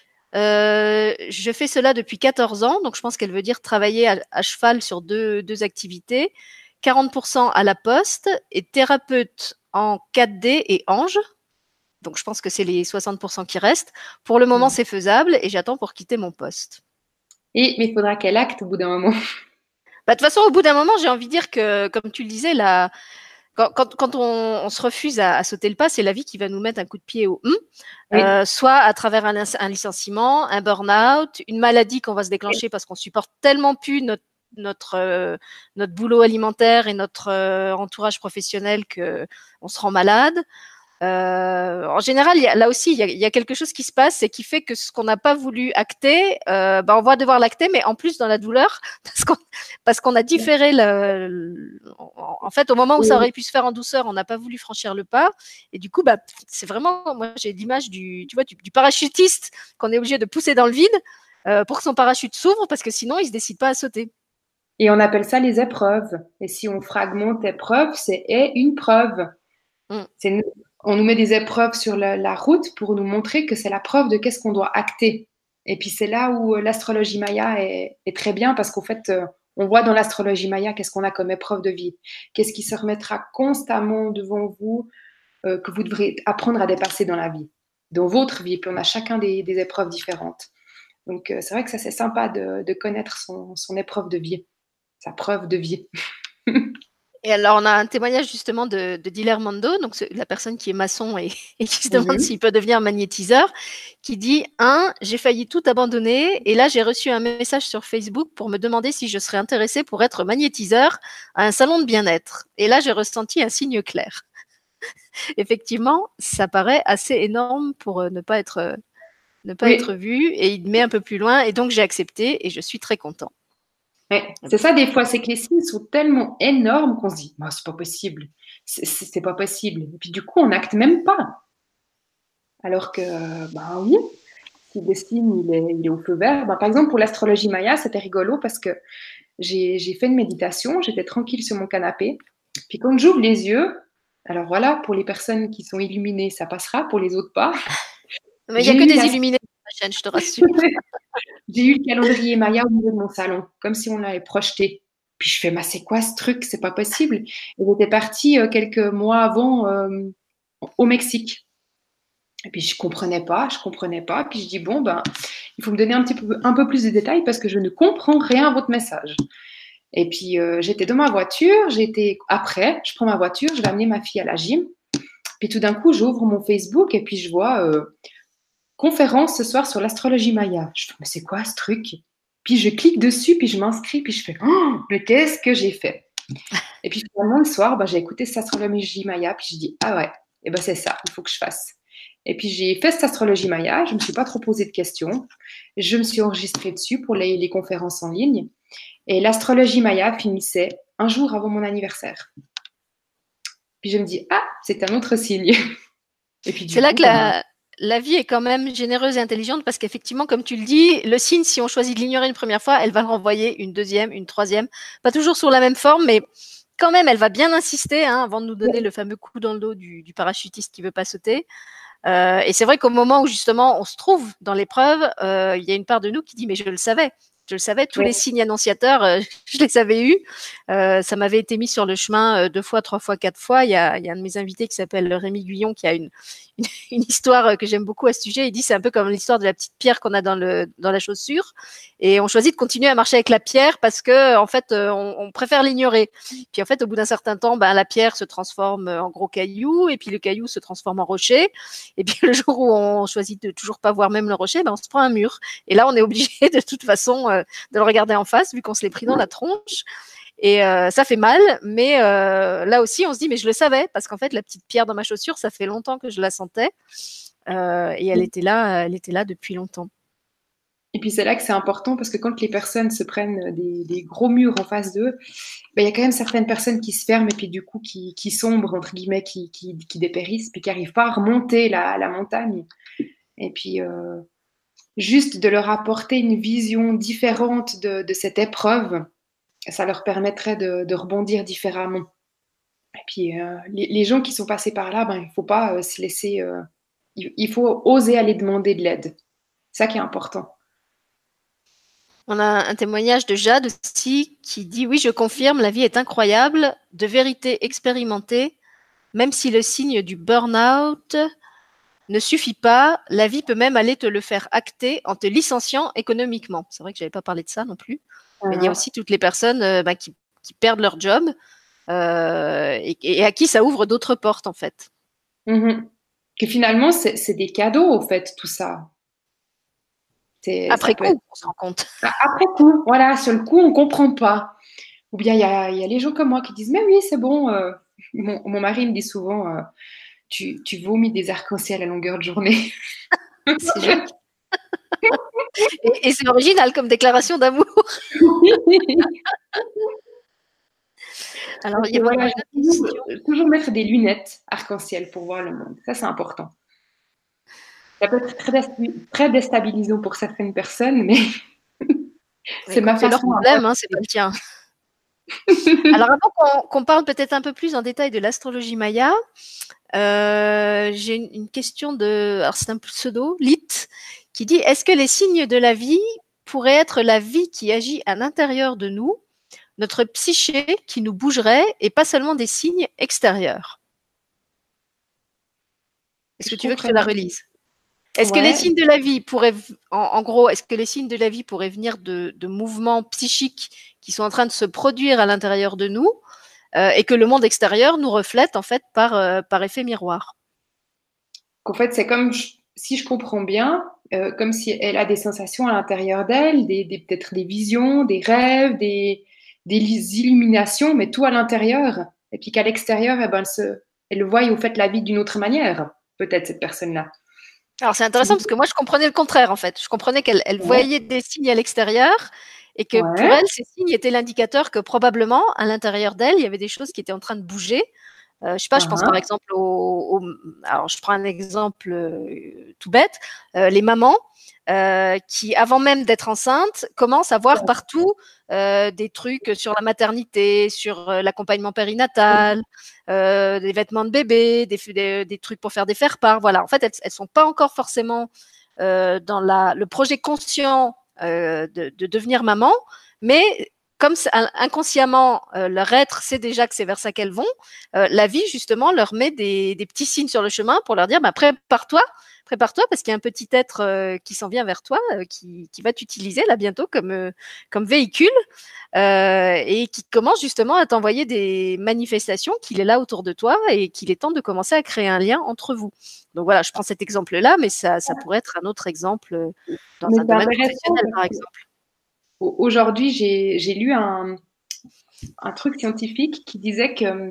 Je fais cela depuis 14 ans, donc je pense qu'elle veut dire travailler à cheval sur deux activités. 40% à la poste et thérapeute en 4D et ange. Donc je pense que c'est les 60% qui restent. Pour le moment, c'est faisable et j'attends pour quitter mon poste. Mais il faudra qu'elle acte au bout d'un moment. Bah, de toute façon, au bout d'un moment, j'ai envie de dire que, comme tu le disais, là, quand on se refuse à sauter le pas, c'est la vie qui va nous mettre un coup de pied au Oui. soit à travers un licenciement, un burn-out, une maladie qu'on va se déclencher parce qu'on supporte tellement plus notre boulot alimentaire et notre entourage professionnel que on se rend malade. En général, là aussi, il y a quelque chose qui se passe et qui fait que ce qu'on n'a pas voulu acter, bah, on va devoir l'acter, mais en plus dans la douleur, parce qu'on a différé en fait, au moment où ça Oui. aurait pu se faire en douceur, on n'a pas voulu franchir le pas. Et du coup, bah, c'est vraiment, moi, j'ai l'image du parachutiste qu'on est obligé de pousser dans le vide pour que son parachute s'ouvre, parce que sinon, il se décide pas à sauter. Et on appelle ça les épreuves. Et si on fragmente épreuve, c'est une preuve. Mm. C'est, on nous met des épreuves sur la route pour nous montrer que c'est la preuve de qu'est-ce qu'on doit acter. Et puis c'est là où l'astrologie maya est très bien parce qu'en fait, on voit dans l'astrologie maya qu'est-ce qu'on a comme épreuve de vie. Qu'est-ce qui se remettra constamment devant vous, que vous devrez apprendre à dépasser dans la vie, dans votre vie. Puis on a chacun des épreuves différentes. Donc c'est vrai que ça c'est sympa de connaître son épreuve de vie, sa preuve de vie. Et alors, on a un témoignage justement de Dilermando, donc la personne qui est maçon et, et qui se demande Mhm. s'il peut devenir magnétiseur, qui dit, j'ai failli tout abandonner et là, j'ai reçu un message sur Facebook pour me demander si je serais intéressée pour être magnétiseur à un salon de bien-être. Et là, j'ai ressenti un signe clair. Effectivement, ça paraît assez énorme pour ne pas être Oui, vu et il met un peu plus loin et donc j'ai accepté et je suis très content. ouais, c'est ça des fois, c'est que les signes sont tellement énormes qu'on se dit, bah, c'est pas possible, c'est pas possible. Et puis du coup, on n'acte même pas. Alors que, ben oui, si le signe il est au feu vert, ben, par exemple pour l'astrologie maya, c'était rigolo parce que j'ai fait une méditation, j'étais tranquille sur mon canapé, puis quand j'ouvre les yeux, alors voilà, pour les personnes qui sont illuminées, ça passera, pour les autres pas. Mais il n'y a J'ai que eu des la illuminés sur la chaîne, je te rassure. J'ai eu le calendrier Maya au milieu de mon salon, comme si on l'avait projeté. Puis je fais, mais c'est quoi ce truc? C'est pas possible. Et j'étais partie quelques mois avant au Mexique. Et puis je comprenais pas, je comprenais pas. Puis je dis, bon, ben, il faut me donner un peu plus de détails parce que je ne comprends rien à votre message. Et puis j'étais dans ma voiture, après, je prends ma voiture, je vais amener ma fille à la gym. Puis tout d'un coup, j'ouvre mon Facebook et puis je vois conférence ce soir sur l'astrologie maya. Je fais, mais c'est quoi ce truc? Puis je clique dessus, puis je m'inscris, puis je fais, oh, mais qu'est-ce que j'ai fait? Et puis finalement, le soir, bah, j'ai écouté cette astrologie maya, puis je dis, ah ouais, et ben c'est ça, il faut que je fasse. Et puis, j'ai fait cette astrologie Maya. Je ne me suis pas trop posé de questions. Je me suis enregistrée dessus pour les conférences en ligne. Et l'astrologie Maya finissait un jour avant mon anniversaire. Puis je me dis, ah, c'est un autre signe. Et puis C'est du là coup, que la vie est quand même généreuse et intelligente parce qu'effectivement, comme tu le dis, le signe, si on choisit de l'ignorer une première fois, elle va le renvoyer une deuxième, une troisième, pas toujours sur la même forme, mais quand même, elle va bien insister avant de nous donner le fameux coup dans le dos du parachutiste qui veut pas sauter. Et c'est vrai qu'au moment où justement on se trouve dans l'épreuve, il y a une part de nous qui dit mais je le savais. Je le savais, tous les signes annonciateurs, je les avais eus. Ça m'avait été mis sur le chemin 2 fois, 3 fois, 4 fois. Il y a un de mes invités qui s'appelle Rémi Guyon qui a une histoire que j'aime beaucoup à ce sujet. Il dit c'est un peu comme l'histoire de la petite pierre qu'on a dans la chaussure. Et on choisit de continuer à marcher avec la pierre parce que en fait, on préfère l'ignorer. Puis en fait, au bout d'un certain temps, la pierre se transforme en gros caillou et puis le caillou se transforme en rocher. Et puis le jour où on choisit de toujours pas voir même le rocher, on se prend un mur. Et là, on est obligé de toute façon de le regarder en face vu qu'on se l'est pris dans la tronche. Et ça fait mal, mais là aussi, on se dit, mais je le savais, parce qu'en fait, la petite pierre dans ma chaussure, ça fait longtemps que je la sentais, et elle était là depuis longtemps. Et puis c'est là que c'est important parce que quand les personnes se prennent des gros murs en face d'eux, il y a quand même certaines personnes qui se ferment et puis du coup qui sombrent, entre guillemets, qui dépérissent, puis qui n'arrivent pas à remonter la montagne. Et puis juste de leur apporter une vision différente de cette épreuve, ça leur permettrait de rebondir différemment. Et puis les gens qui sont passés par là, il ne faut pas se laisser... il faut oser aller demander de l'aide. C'est ça qui est important. On a un témoignage de Jade aussi qui dit, oui, je confirme, la vie est incroyable, de vérité expérimentée, même si le signe du burn-out ne suffit pas, la vie peut même aller te le faire acter en te licenciant économiquement. C'est vrai que je n'avais pas parlé de ça non plus, mais il y a aussi toutes les personnes qui perdent leur job et à qui ça ouvre d'autres portes en fait. Que finalement, c'est des cadeaux, au fait, tout ça. Ça Après peut coup, être... on se rend compte. Après coup, voilà, sur le coup, on comprend pas. Ou bien il y a les gens comme moi qui disent, mais oui, c'est bon. Mon mari me dit souvent, tu vomis des arcs-en-ciel à longueur de journée. C'est joli. Et c'est original comme déclaration d'amour. Alors, il y avait Voilà, encore une autre question. toujours mettre des lunettes arc-en-ciel pour voir le monde. Ça, c'est important. Ça peut être très déstabilisant pour certaines personnes, mais c'est Écoute, ma c'est leur façon à problème, moi. c'est pas le tien. Alors, avant qu'on parle peut-être un peu plus en détail de l'astrologie maya, j'ai une question alors c'est un pseudo, Lit, qui dit, est-ce que les signes de la vie pourraient être la vie qui agit à l'intérieur de nous, notre psyché qui nous bougerait et pas seulement des signes extérieurs? Est-ce que Je tu veux que je comprends. te la relise? Est-ce que les Ouais. signes de la vie pourraient, en gros, est-ce que les signes de la vie pourraient venir de mouvements psychiques qui sont en train de se produire à l'intérieur de nous et que le monde extérieur nous reflète en fait par effet miroir? Qu'en fait, c'est comme si je comprends bien, comme si elle a des sensations à l'intérieur d'elle, peut-être des visions, des rêves, des illuminations, mais tout à l'intérieur. Et puis qu'à l'extérieur, elle le voit au fait la vie d'une autre manière, peut-être cette personne-là. Alors c'est intéressant parce que moi je comprenais le contraire en fait. Je comprenais qu'elle Ouais. voyait des signes à l'extérieur et que pour Ouais. elle, ces signes étaient l'indicateur que probablement à l'intérieur d'elle, il y avait des choses qui étaient en train de bouger. Je sais pas, je pense par Uh-huh. exemple alors je prends un exemple tout bête, les mamans qui, avant même d'être enceintes, commencent à voir partout des trucs sur la maternité, sur l'accompagnement périnatal, des vêtements de bébé, des trucs pour faire des faire-part. Voilà, en fait, elles sont pas encore forcément dans le projet conscient de devenir maman, mais comme inconsciemment leur être sait déjà que c'est vers ça qu'elles vont, la vie justement leur met des petits signes sur le chemin pour leur dire prépare-toi parce qu'il y a un petit être qui s'en vient vers toi, qui va t'utiliser là bientôt comme véhicule et qui commence justement à t'envoyer des manifestations qu'il est là autour de toi et qu'il est temps de commencer à créer un lien entre vous. Donc voilà, je prends cet exemple-là, mais ça pourrait être un autre exemple dans Mais un c'est domaine intéressant professionnel, parce par que exemple. aujourd'hui, j'ai lu un truc scientifique qui disait que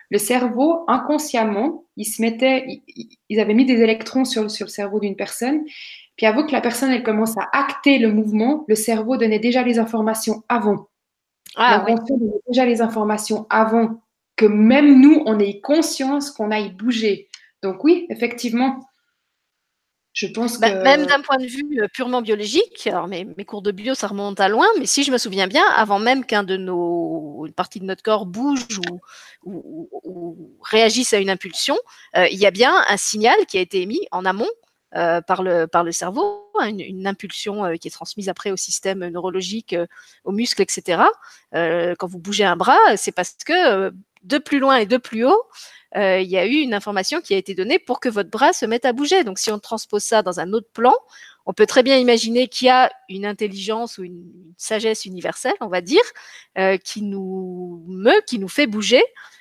le cerveau, inconsciemment, ils avaient mis des électrons sur le cerveau d'une personne. Puis avant que la personne elle commence à acter le mouvement, le cerveau donnait déjà les informations avant. Ah oui. L'inconscient donnait déjà les informations avant que même nous, on ait conscience qu'on aille bouger. Donc oui, effectivement, je pense Même que d'un point de vue purement biologique, alors mes cours de bio, ça remonte à loin, mais si je me souviens bien, avant même une partie de notre corps bouge ou réagisse à une impulsion, il y a bien un signal qui a été émis en amont par le cerveau, hein, une impulsion qui est transmise après au système neurologique, aux muscles, etc. Quand vous bougez un bras, c'est parce que de plus loin et de plus haut, il y a eu une information qui a été donnée pour que votre bras se mette à bouger. Donc, si on transpose ça dans un autre plan, on peut très bien imaginer qu'il y a une intelligence ou une sagesse universelle, on va dire, qui nous fait bouger,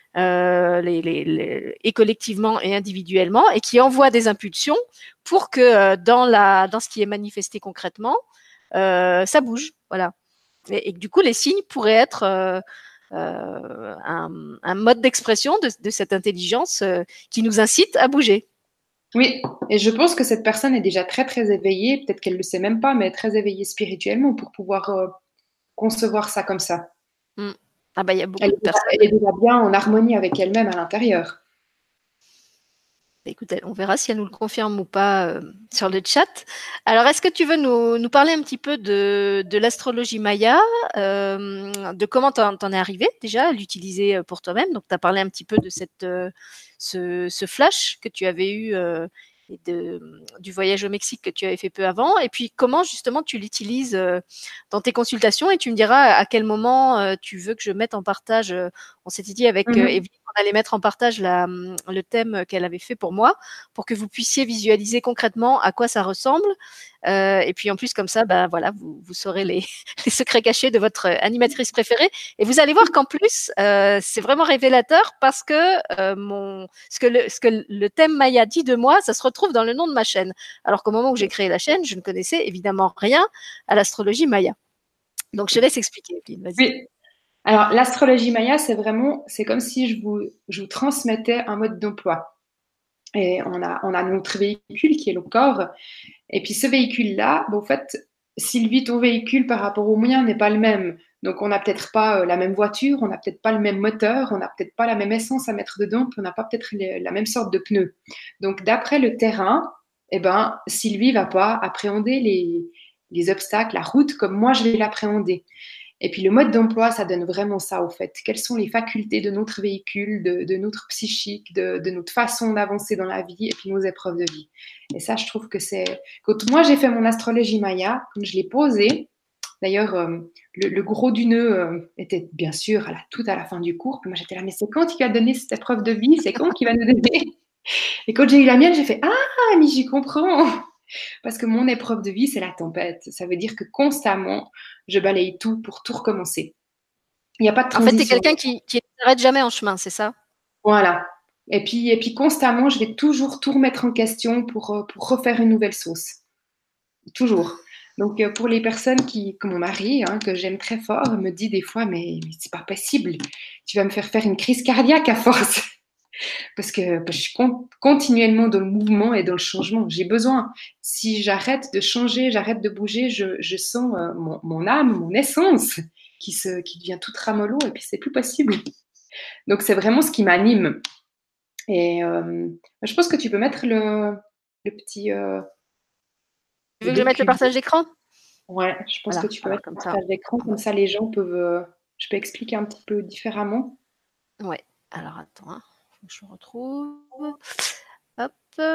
et collectivement et individuellement, et qui envoie des impulsions pour que dans ce qui est manifesté concrètement, ça bouge. Voilà. Et que du coup, les signes pourraient être un mode d'expression de cette intelligence qui nous incite à bouger. oui, et je pense que cette personne est déjà très très éveillée, peut-être qu'elle ne le sait même pas, mais très éveillée spirituellement pour pouvoir concevoir ça comme ça. Mm. Ah bah, il y a beaucoup de personnes. Elle est déjà bien en harmonie avec elle-même à l'intérieur. Écoute, on verra si elle nous le confirme ou pas sur le chat. Alors, est-ce que tu veux nous parler un petit peu de l'astrologie maya, de comment t'en es arrivé déjà à l'utiliser pour toi-même? Donc, tu as parlé un petit peu de ce flash que tu avais eu et du voyage au Mexique que tu avais fait peu avant. Et puis, comment justement tu l'utilises dans tes consultations? Et tu me diras à quel moment tu veux que je mette en partage. On s'était dit avec Mhm. Evelyne qu'on allait mettre en partage le thème qu'elle avait fait pour moi, pour que vous puissiez visualiser concrètement à quoi ça ressemble. Et puis en plus, comme ça, ben voilà, vous saurez les secrets cachés de votre animatrice préférée. Et vous allez voir qu'en plus, c'est vraiment révélateur parce que ce que le thème Maya dit de moi, ça se retrouve dans le nom de ma chaîne. Alors qu'au moment où j'ai créé la chaîne, je ne connaissais évidemment rien à l'astrologie Maya. Donc je te laisse expliquer, Evelyne, vas-y. Oui. Alors, l'astrologie maya, c'est comme si je vous transmettais un mode d'emploi. Et on a notre véhicule qui est le corps. Et puis ce véhicule-là, en fait, Sylvie, ton véhicule par rapport au mien n'est pas le même. Donc on n'a peut-être pas la même voiture, on n'a peut-être pas le même moteur, on n'a peut-être pas la même essence à mettre dedans, puis on n'a pas peut-être la même sorte de pneus. Donc d'après le terrain, eh ben, Sylvie va pas appréhender les obstacles, la route comme moi je vais l'appréhender. Et puis le mode d'emploi, ça donne vraiment ça au fait. Quelles sont les facultés de notre véhicule, de notre psychique, de notre façon d'avancer dans la vie et puis nos épreuves de vie. Et ça, je trouve que c'est... Quand moi, j'ai fait mon astrologie Maya, quand je l'ai posée, d'ailleurs, le gros du nœud était bien sûr tout à la fin du cours. Puis moi, j'étais là, mais c'est quand il va donner cette épreuve de vie? C'est quand qu'il va nous donner? Et quand j'ai eu la mienne, j'ai fait, ah, mais j'y comprends. Parce que mon épreuve de vie, c'est la tempête. Ça veut dire que constamment, je balaye tout pour tout recommencer. Il n'y a pas de En fait, tu es transition. quelqu'un qui ne s'arrête jamais en chemin, c'est ça? Voilà. Et puis constamment, je vais toujours tout remettre en question pour refaire une nouvelle sauce. Toujours. Donc, pour les personnes comme mon mari, hein, que j'aime très fort, me dit des fois, mais c'est pas possible. Tu vas me faire une crise cardiaque à force. Parce que je suis continuellement dans le mouvement et dans le changement. J'ai besoin. Si j'arrête de changer, j'arrête de bouger, je sens mon âme, mon essence qui devient toute ramollo et puis c'est plus possible. Donc c'est vraiment ce qui m'anime. Et je pense que tu peux mettre le petit Tu le veux que je mette le document. partage d'écran? Ouais, je pense que Voilà, tu peux alors mettre le comme ça. partage d'écran, comme ça les gens peuvent. Je peux expliquer un petit peu différemment. Ouais, alors attends, hein, faut que je retrouve. Hop.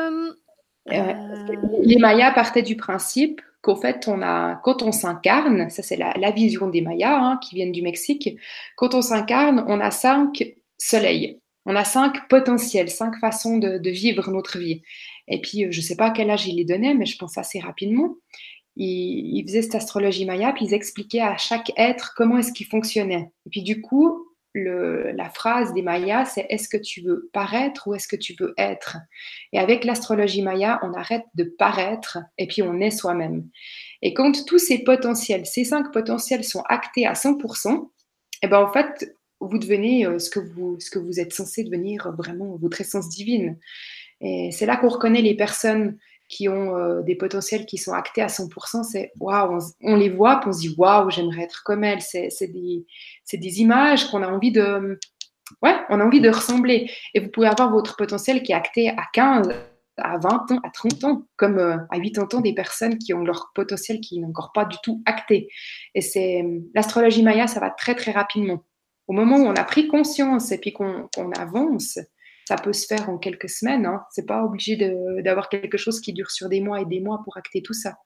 Parce que les Mayas partaient du principe qu'en fait, quand on s'incarne, ça c'est la vision des Mayas hein, qui viennent du Mexique, quand on s'incarne, on a 5 soleils, on a 5 potentiels, 5 façons de vivre notre vie. Et puis, je ne sais pas à quel âge il les donnait, mais je pense assez rapidement. Ils faisaient cette astrologie Maya, puis ils expliquaient à chaque être comment est-ce qu'il fonctionnait. Et puis du coup, la phrase des Mayas, c'est est-ce que tu veux paraître ou est-ce que tu veux être? Et avec l'astrologie Maya, on arrête de paraître et puis on est soi-même. Et quand tous ces potentiels, ces 5 potentiels sont actés à 100%, et ben en fait, vous devenez ce que vous êtes censé devenir vraiment, votre essence divine. Et c'est là qu'on reconnaît les personnes qui ont des potentiels qui sont actés à 100%. C'est waouh, on les voit, puis on se dit waouh, j'aimerais être comme elles. C'est des images qu'on a envie de, ouais, on a envie de ressembler. Et vous pouvez avoir votre potentiel qui est acté à 15, à 20 ans, à 30 ans, comme à 80 ans des personnes qui ont leur potentiel qui n'est encore pas du tout acté. Et c'est l'astrologie maya, ça va très très rapidement. Au moment où on a pris conscience et puis qu'on avance, ça peut se faire en quelques semaines. Hein. C'est pas obligé d'avoir quelque chose qui dure sur des mois et des mois pour acter tout ça.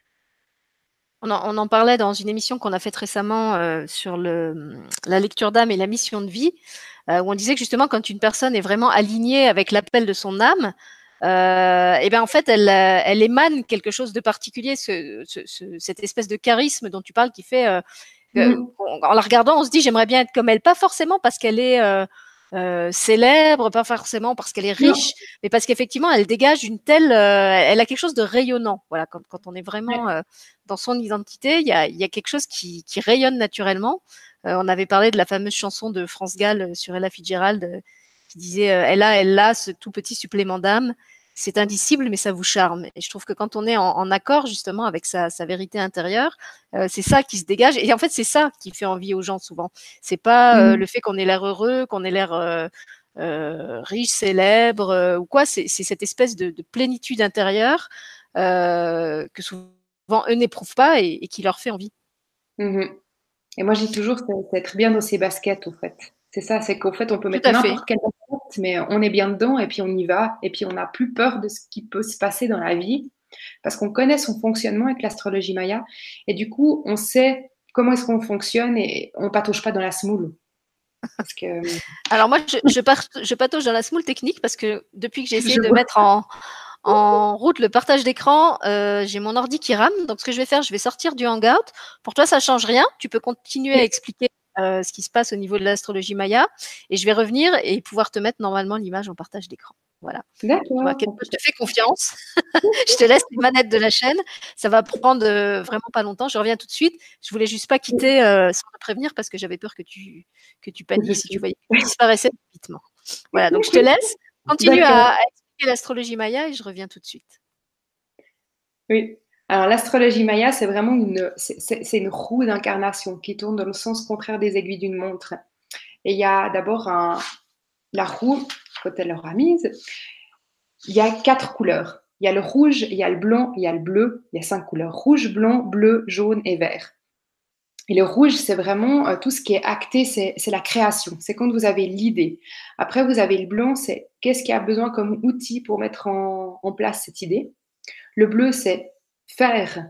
On en parlait dans une émission qu'on a faite récemment sur la lecture d'âme et la mission de vie, où on disait que justement, quand une personne est vraiment alignée avec l'appel de son âme, et ben en fait, elle émane quelque chose de particulier, cette espèce de charisme dont tu parles qui fait, en la regardant, on se dit j'aimerais bien être comme elle, pas forcément parce qu'elle est célèbre, pas forcément parce qu'elle est riche, mais parce qu'effectivement, elle dégage une telle, elle a quelque chose de rayonnant. Voilà, quand on est vraiment dans son identité, il y a quelque chose qui rayonne naturellement. On avait parlé de la fameuse chanson de France Gall sur Ella Fitzgerald qui disait elle a ce tout petit supplément d'âme. C'est indicible, mais ça vous charme. Et je trouve que quand on est en accord justement avec sa vérité intérieure, c'est ça qui se dégage. Et en fait, c'est ça qui fait envie aux gens souvent. C'est pas le fait qu'on ait l'air heureux, qu'on ait l'air riche, célèbre ou quoi. C'est cette espèce de plénitude intérieure que souvent eux n'éprouvent pas et qui leur fait envie. Et moi, je dis toujours, c'est être bien dans ses baskets, au fait. C'est ça, c'est qu'au fait, on peut Tout mettre à fait. n'importe quelle basket, mais on est bien dedans et puis on y va. Et puis on n'a plus peur de ce qui peut se passer dans la vie parce qu'on connaît son fonctionnement avec l'astrologie maya. Et du coup, on sait comment est-ce qu'on fonctionne et on patauge pas dans la semoule. Parce que Alors moi, je patauge dans la semoule technique parce que depuis que j'ai essayé je de vois. mettre en route le partage d'écran, j'ai mon ordi qui rame. Donc ce que je vais faire, je vais sortir du Hangout. Pour toi, ça change rien. Tu peux continuer à expliquer ce qui se passe au niveau de l'astrologie maya et je vais revenir et pouvoir te mettre normalement l'image en partage d'écran. Voilà. Tu vois, D'accord. je te fais confiance. Je te laisse les manettes de la chaîne. Ça va prendre vraiment pas longtemps. Je reviens tout de suite. Je voulais juste pas quitter sans te prévenir parce que j'avais peur que tu paniques si tu voyais que je disparaissais subitement. Voilà, donc je te laisse. Continue D'accord. à expliquer l'astrologie maya et je reviens tout de suite. Oui. Alors l'astrologie maya, c'est vraiment c'est une roue d'incarnation qui tourne dans le sens contraire des aiguilles d'une montre. Et il y a d'abord la roue, quand elle l'aura mise, il y a 4 couleurs. Il y a le rouge, il y a le blanc, il y a le bleu. Il y a 5 couleurs. Rouge, blanc, bleu, jaune et vert. Et le rouge, c'est vraiment tout ce qui est acté, c'est la création. C'est quand vous avez l'idée. Après, vous avez le blanc, c'est qu'est-ce qu'il y a besoin comme outil pour mettre en place cette idée. Le bleu, c'est faire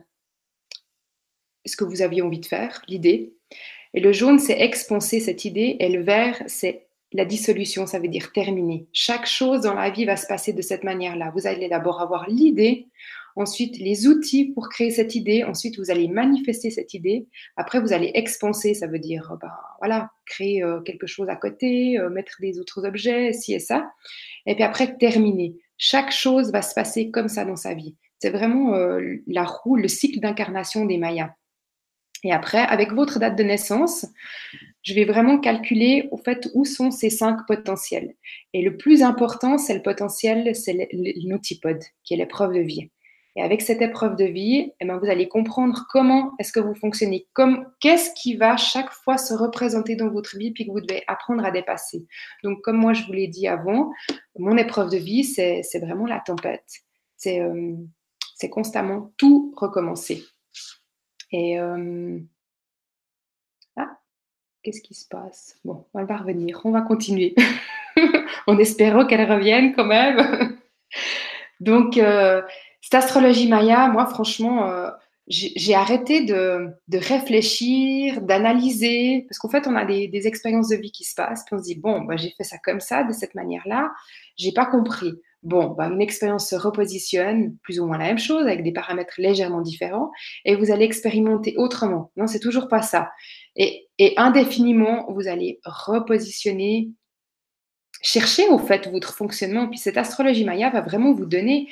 ce que vous aviez envie de faire, l'idée. Et le jaune, c'est expanser cette idée. Et le vert, c'est la dissolution, ça veut dire terminer. Chaque chose dans la vie va se passer de cette manière-là. Vous allez d'abord avoir l'idée, ensuite les outils pour créer cette idée, ensuite vous allez manifester cette idée, après vous allez expanser, ça veut dire voilà, créer quelque chose à côté, mettre des autres objets, ci et ça, et puis après terminer. Chaque chose va se passer comme ça dans sa vie. C'est vraiment la roue, le cycle d'incarnation des Mayas. Et après, avec votre date de naissance, je vais vraiment calculer au fait où sont ces 5 potentiels. Et le plus important, c'est le potentiel, c'est l'antipode, qui est l'épreuve de vie. Et avec cette épreuve de vie, eh ben, vous allez comprendre comment est-ce que vous fonctionnez, qu'est-ce qui va chaque fois se représenter dans votre vie, puis que vous devez apprendre à dépasser. Donc, comme moi je vous l'ai dit avant, mon épreuve de vie, c'est vraiment la tempête. C'est constamment tout recommencer. Et qu'est-ce qui se passe? Bon, elle va revenir, on va continuer. En espérant qu'elle revienne quand même. Donc, cette astrologie maya, moi, franchement, j'ai arrêté de réfléchir, d'analyser, parce qu'en fait, on a des expériences de vie qui se passent, puis on se dit, bon, bah, j'ai fait ça comme ça, de cette manière-là, j'ai pas compris. Bon, bah, une expérience se repositionne, plus ou moins la même chose, avec des paramètres légèrement différents, et vous allez expérimenter autrement. Non, c'est toujours pas ça. Et indéfiniment, vous allez repositionner, chercher au fait votre fonctionnement. Puis cette astrologie maya va vraiment vous donner,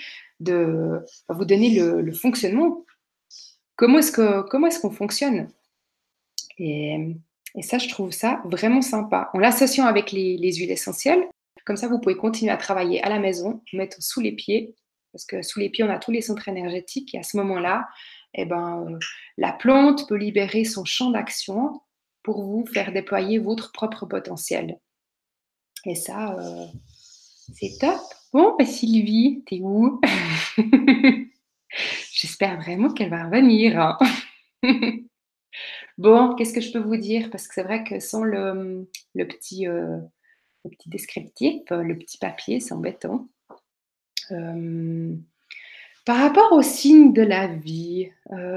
le fonctionnement. Comment est-ce qu'on fonctionne? Et, Et ça, je trouve ça vraiment sympa. En l'associant avec les huiles essentielles, comme ça, vous pouvez continuer à travailler à la maison, mettre sous les pieds, parce que sous les pieds, on a tous les centres énergétiques. Et à ce moment-là, eh ben, la plante peut libérer son champ d'action pour vous faire déployer votre propre potentiel. Et ça, c'est top. Bon, bah, Sylvie, t'es où? J'espère vraiment qu'elle va revenir, hein. Bon, qu'est-ce que je peux vous dire? Parce que c'est vrai que sans le petit, le petit descriptif, le petit papier, c'est embêtant. Par rapport aux signes de la vie,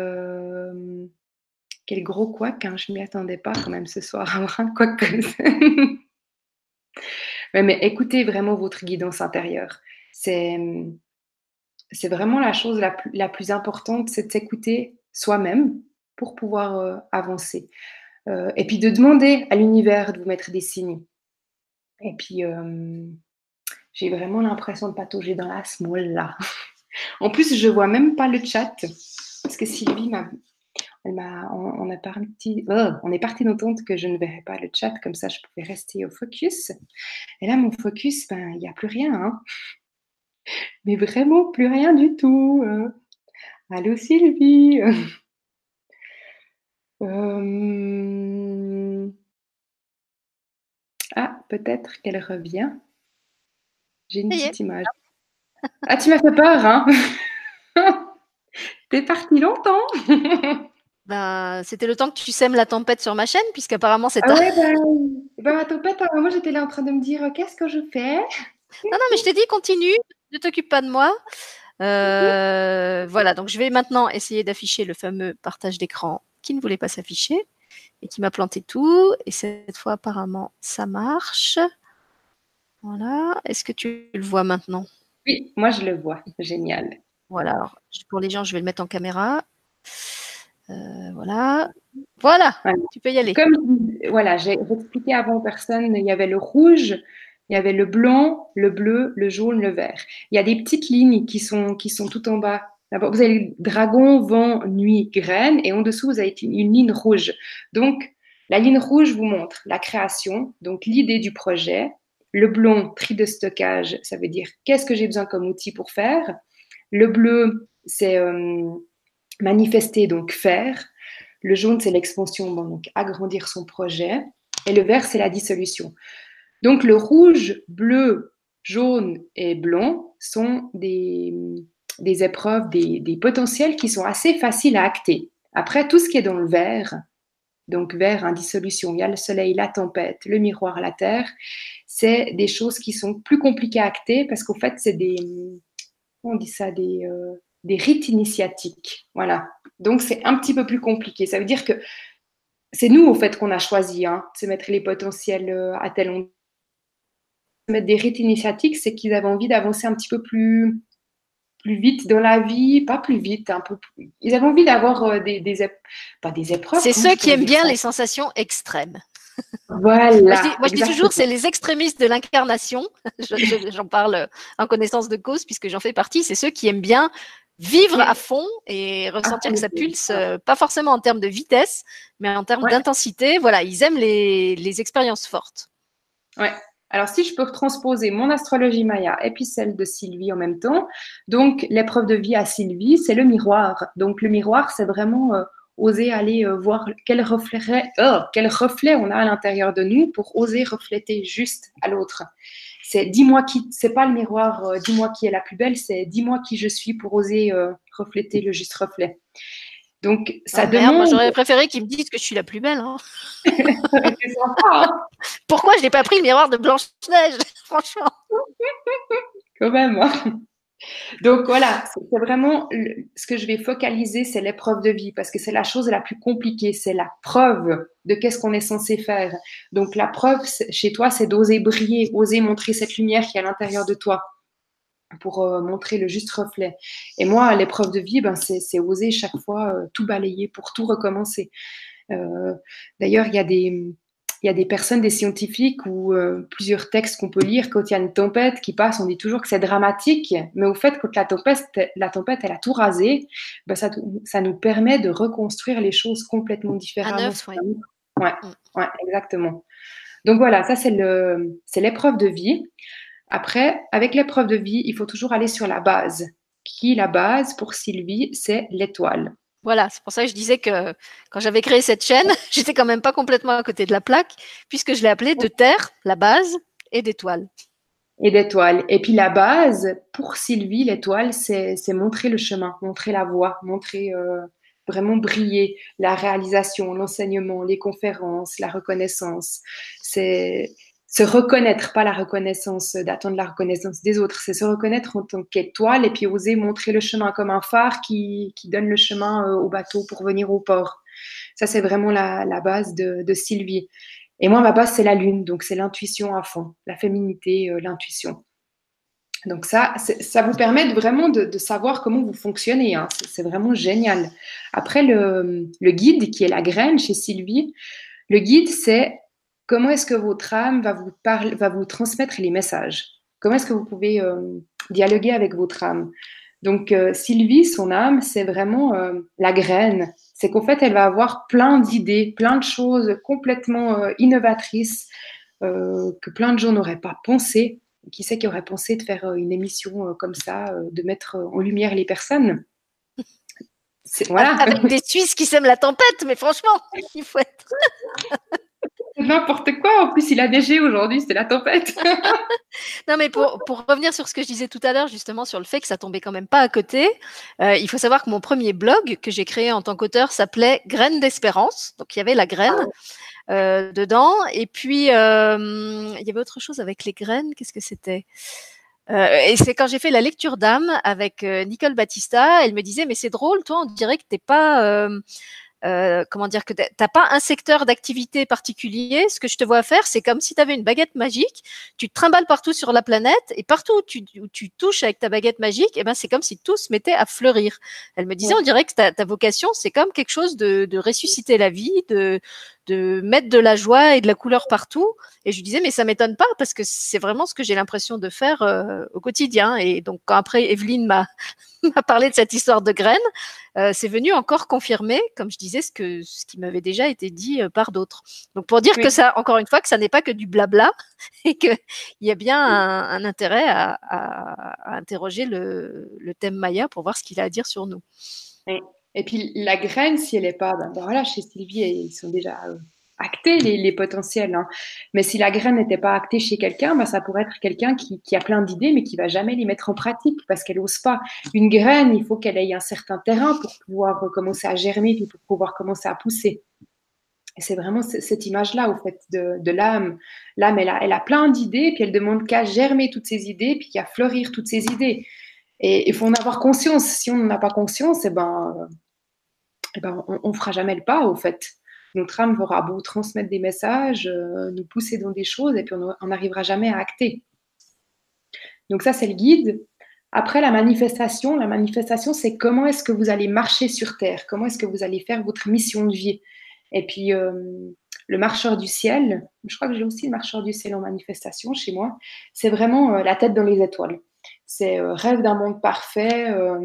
quel gros couac, hein, je m'y attendais pas quand même ce soir à avoir un couac comme ça. Ouais, mais écoutez vraiment votre guidance intérieure. C'est, c'est vraiment la chose la plus importante, c'est de s'écouter soi-même pour pouvoir, avancer. Et puis de demander à l'univers de vous mettre des signes. Et puis, j'ai vraiment l'impression de patauger dans la small là. En plus, je vois même pas le chat parce que Sylvie on a parti, on est parti d'entendre que je ne verrais pas le chat, comme ça je pouvais rester au focus. Et là, mon focus, ben, il n'y a plus rien, hein. Mais vraiment plus rien du tout. Allô Sylvie. Ah, peut-être qu'elle revient. J'ai une Ça y est. petite image. Ah, tu m'as fait peur, hein. T'es parti longtemps. Ben, c'était le temps que tu sèmes la tempête sur ma chaîne, puisqu'apparemment c'est Ah ta. ouais, ben, ma tempête, moi j'étais là en train de me dire qu'est-ce que je fais? Non, non, mais je t'ai dit, continue, ne t'occupe pas de moi. Voilà, donc je vais maintenant essayer d'afficher le fameux partage d'écran qui ne voulait pas s'afficher et qui m'a planté tout. Et cette fois, apparemment, ça marche. Voilà. Est-ce que tu le vois maintenant? Oui, moi je le vois. Génial. Voilà. Alors, pour les gens, je vais le mettre en caméra. Voilà. Voilà. Voilà. Tu peux y aller. Comme voilà, j'ai expliqué avant aux personnes, il y avait le rouge, il y avait le blanc, le bleu, le jaune, le vert. Il y a des petites lignes qui sont tout en bas. D'abord, vous avez dragon, vent, nuit, graine, et en dessous, vous avez une ligne rouge. Donc, la ligne rouge vous montre la création, donc l'idée du projet. Le blanc, tri de stockage, ça veut dire qu'est-ce que j'ai besoin comme outil pour faire. Le bleu, c'est manifester, donc faire. Le jaune, c'est l'expansion, bon, donc agrandir son projet. Et le vert, c'est la dissolution. Donc le rouge, bleu, jaune et blanc sont des épreuves, des potentiels qui sont assez faciles à acter. Après, tout ce qui est dans le vert, donc vert, hein, dissolution, il y a le soleil, la tempête, le miroir, la terre, c'est des choses qui sont plus compliquées à acter parce qu'au fait, c'est on dit ça, des rites initiatiques. Voilà. Donc, c'est un petit peu plus compliqué. Ça veut dire que c'est nous, au fait, qu'on a choisi, hein, de se mettre les potentiels à tel endroit. Mettre des rites initiatiques, c'est qu'ils avaient envie d'avancer un petit peu plus vite dans la vie, pas plus vite, un peu plus. Ils avaient envie d'avoir pas des épreuves, C'est comment ceux je qui pourrais aiment dire bien ça? les sensations extrêmes. Voilà, Moi, je dis toujours, exactement. c'est les extrémistes de l'incarnation. J'en parle en connaissance de cause puisque j'en fais partie. C'est ceux qui aiment bien vivre à fond et ressentir que ça pulse, pas forcément en termes de vitesse, mais en termes Ouais, d'intensité. Voilà, ils aiment les expériences fortes. ouais. Alors, si je peux transposer mon astrologie Maya et puis celle de Sylvie en même temps, donc l'épreuve de vie à Sylvie, c'est le miroir. Donc, le miroir, c'est vraiment oser aller voir quel reflet on a à l'intérieur de nous pour oser refléter juste à l'autre. C'est dis-moi qui, c'est pas le miroir, dis-moi qui est la plus belle, c'est dis-moi qui je suis pour oser refléter le juste reflet. Donc, ça Oh merde, moi demande. j'aurais préféré qu'ils me disent que je suis la plus belle. Hein. Ça aurait été sympa, hein, Pourquoi je n'ai pas pris le miroir de Blanche-Neige, franchement. quand même, hein. Donc voilà, c'est vraiment ce que je vais focaliser, c'est l'épreuve de vie parce que c'est la chose la plus compliquée, c'est la preuve de qu'est-ce qu'on est censé faire. Donc la preuve chez toi, c'est d'oser briller, oser montrer cette lumière qui est à l'intérieur de toi pour montrer le juste reflet. Et moi, l'épreuve de vie, ben, c'est oser chaque fois tout balayer pour tout recommencer. Euh, D'ailleurs, il y a des personnes, des scientifiques ou plusieurs textes qu'on peut lire quand il y a une tempête qui passe, on dit toujours que c'est dramatique, mais au fait, quand la tempête elle a tout rasé, ben ça nous permet de reconstruire les choses complètement À différemment. neuf, oui. Ouais. Ouais, exactement. Donc voilà, ça c'est l'épreuve de vie. Après, avec l'épreuve de vie, il faut toujours aller sur la base. Qui la base pour Sylvie, c'est l'étoile. Voilà, c'est pour ça que je disais que quand j'avais créé cette chaîne, j'étais quand même pas complètement à côté de la plaque, puisque je l'ai appelée de terre, la base, et d'étoile. Et d'étoiles. Et puis la base, pour Sylvie, l'étoile, c'est montrer le chemin, montrer la voie, montrer vraiment briller la réalisation, l'enseignement, les conférences, la reconnaissance. C'est se reconnaître, pas la reconnaissance, d'attendre la reconnaissance des autres. C'est se reconnaître en tant qu'étoile et puis oser montrer le chemin comme un phare qui donne le chemin au bateau pour venir au port. Ça, c'est vraiment la base de Sylvie. Et moi, ma base, c'est la lune, donc c'est l'intuition à fond, la féminité, l'intuition. Donc ça vous permet vraiment de savoir comment vous fonctionnez. Hein. C'est vraiment génial. Après, le guide, qui est la graine chez Sylvie, le guide, c'est comment est-ce que votre âme va vous transmettre les messages. Comment est-ce que vous pouvez dialoguer avec votre âme. Donc, Sylvie, son âme, c'est vraiment la graine. C'est qu'en fait, elle va avoir plein d'idées, plein de choses complètement innovatrices que plein de gens n'auraient pas pensé. Qui c'est qui aurait pensé de faire une émission comme ça, de mettre en lumière les personnes. Voilà. Avec des Suisses qui sèment la tempête, mais franchement, il faut être. N'importe quoi. En plus, il a neigé aujourd'hui, c'était la tempête. Non, mais pour revenir sur ce que je disais tout à l'heure, justement, sur le fait que ça tombait quand même pas à côté, il faut savoir que mon premier blog que j'ai créé en tant qu'auteur s'appelait Graines d'espérance. Donc, il y avait la graine dedans. Et puis, il y avait autre chose avec les graines. Qu'est-ce que c'était? Et c'est quand j'ai fait la lecture d'âme avec Nicole Battista, elle me disait, mais c'est drôle, toi, on dirait que t'es pas... comment dire, que t'as pas un secteur d'activité particulier. Ce que je te vois faire, c'est comme si tu avais une baguette magique, tu te trimbales partout sur la planète et partout où tu touches avec ta baguette magique, et ben c'est comme si tout se mettait à fleurir. Elle me disait, on dirait que ta vocation, c'est comme quelque chose de ressusciter la vie, de mettre de la joie et de la couleur partout. Et je lui disais, mais ça m'étonne pas parce que c'est vraiment ce que j'ai l'impression de faire au quotidien. Et donc quand après Evelyne m'a m'a parlé de cette histoire de graines, c'est venu encore confirmer, comme je disais, ce qui m'avait déjà été dit par d'autres. Donc pour dire Oui. que ça, encore une fois, que ça n'est pas que du blabla et qu'il y a bien un intérêt à interroger le thème Maya pour voir ce qu'il a à dire sur nous. Et puis la graine, si elle n'est pas, ben voilà, chez Sylvie, ils sont déjà actés les potentiels. Hein. Mais si la graine n'était pas actée chez quelqu'un, ben, ça pourrait être quelqu'un qui a plein d'idées, mais qui va jamais les mettre en pratique parce qu'elle n'ose pas. Une graine, il faut qu'elle ait un certain terrain pour pouvoir commencer à germer, puis pour pouvoir commencer à pousser. Et c'est vraiment cette image-là, au fait, de l'âme. L'âme, elle a plein d'idées, puis elle demande qu'à germer toutes ces idées, puis qu'à fleurir toutes ces idées. Et il faut en avoir conscience. Si on n'en a pas conscience, on ne fera jamais le pas, au fait. Notre âme aura beau transmettre des messages, nous pousser dans des choses, et puis on n'arrivera jamais à acter. Donc ça, c'est le guide. Après, la manifestation, c'est comment est-ce que vous allez marcher sur Terre, comment est-ce que vous allez faire votre mission de vie. Et puis, le marcheur du ciel, je crois que j'ai aussi le marcheur du ciel en manifestation chez moi, c'est vraiment la tête dans les étoiles. C'est rêve d'un monde parfait,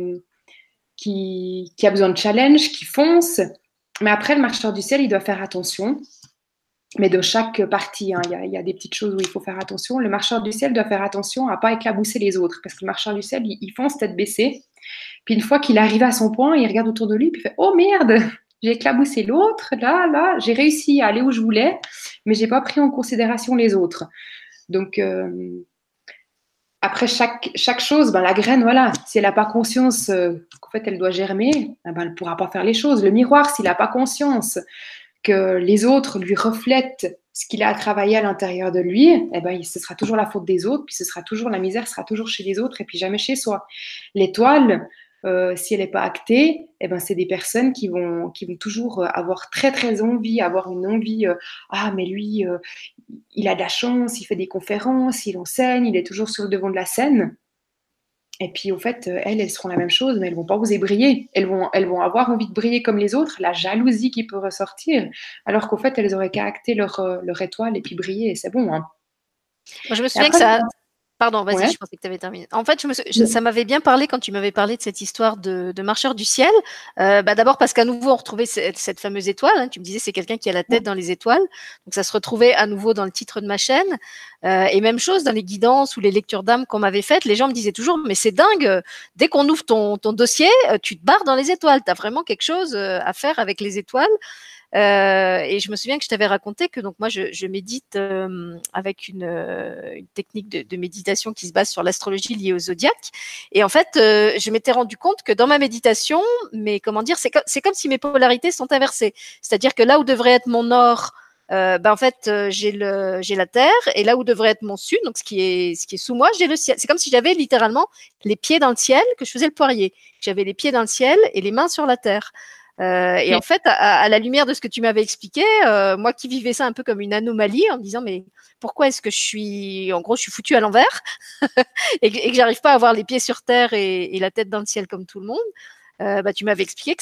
qui a besoin de challenge, qui fonce. Mais après, le marcheur du ciel, il doit faire attention. Mais de chaque partie, hein, il y a des petites choses où il faut faire attention. Le marcheur du ciel doit faire attention à ne pas éclabousser les autres. Parce que le marcheur du ciel, il fonce tête baissée. Puis une fois qu'il arrive à son point, il regarde autour de lui, puis il fait « Oh merde, j'ai éclaboussé l'autre, là, j'ai réussi à aller où je voulais, mais je n'ai pas pris en considération les autres. » Donc, après chaque chose, ben, la graine, voilà, si elle n'a pas conscience qu'en fait elle doit germer, ben, elle ne pourra pas faire les choses. Le miroir, s'il n'a pas conscience que les autres lui reflètent ce qu'il a à travailler à l'intérieur de lui, eh ben, ce sera toujours la faute des autres, puis la misère sera toujours chez les autres et puis jamais chez soi. L'étoile, si elle n'est pas actée, eh ben, c'est des personnes qui vont toujours avoir très très envie, avoir une envie, ah mais lui, il a de la chance, il fait des conférences, il enseigne, il est toujours sur le devant de la scène. Et puis, au fait, elles seront la même chose, mais elles vont pas oser briller. Elles vont avoir envie de briller comme les autres, la jalousie qui peut ressortir, alors qu'au fait, elles auraient qu'à acter leur étoile et puis briller, et c'est bon. Hein. Moi, je me Et souviens que après, ça, Pardon, vas-y, Ouais. je pensais que tu avais terminé. En fait, ça m'avait bien parlé quand tu m'avais parlé de cette histoire de marcheur du ciel. D'abord parce qu'à nouveau, on retrouvait cette fameuse étoile, hein. Tu me disais, c'est quelqu'un qui a la tête dans les étoiles. Donc, ça se retrouvait à nouveau dans le titre de ma chaîne. Et même chose dans les guidances ou les lectures d'âme qu'on m'avait faites. Les gens me disaient toujours, mais c'est dingue, dès qu'on ouvre ton dossier, tu te barres dans les étoiles. Tu as vraiment quelque chose à faire avec les étoiles. Et je me souviens que je t'avais raconté que donc moi je médite avec une technique de méditation qui se base sur l'astrologie liée au zodiaque. Et en fait, je m'étais rendu compte que dans ma méditation, mais comment dire, c'est comme si mes polarités sont inversées. C'est-à-dire que là où devrait être mon nord, en fait, j'ai la terre, et là où devrait être mon sud, donc ce qui est sous moi, j'ai le ciel. C'est comme si j'avais littéralement les pieds dans le ciel, que je faisais le poirier. J'avais les pieds dans le ciel et les mains sur la terre. Et en fait, à la lumière de ce que tu m'avais expliqué, moi qui vivais ça un peu comme une anomalie, en me disant mais pourquoi est-ce que en gros, je suis foutue à l'envers et que j'arrive pas à avoir les pieds sur terre et la tête dans le ciel comme tout le monde. Tu m'avais expliqué que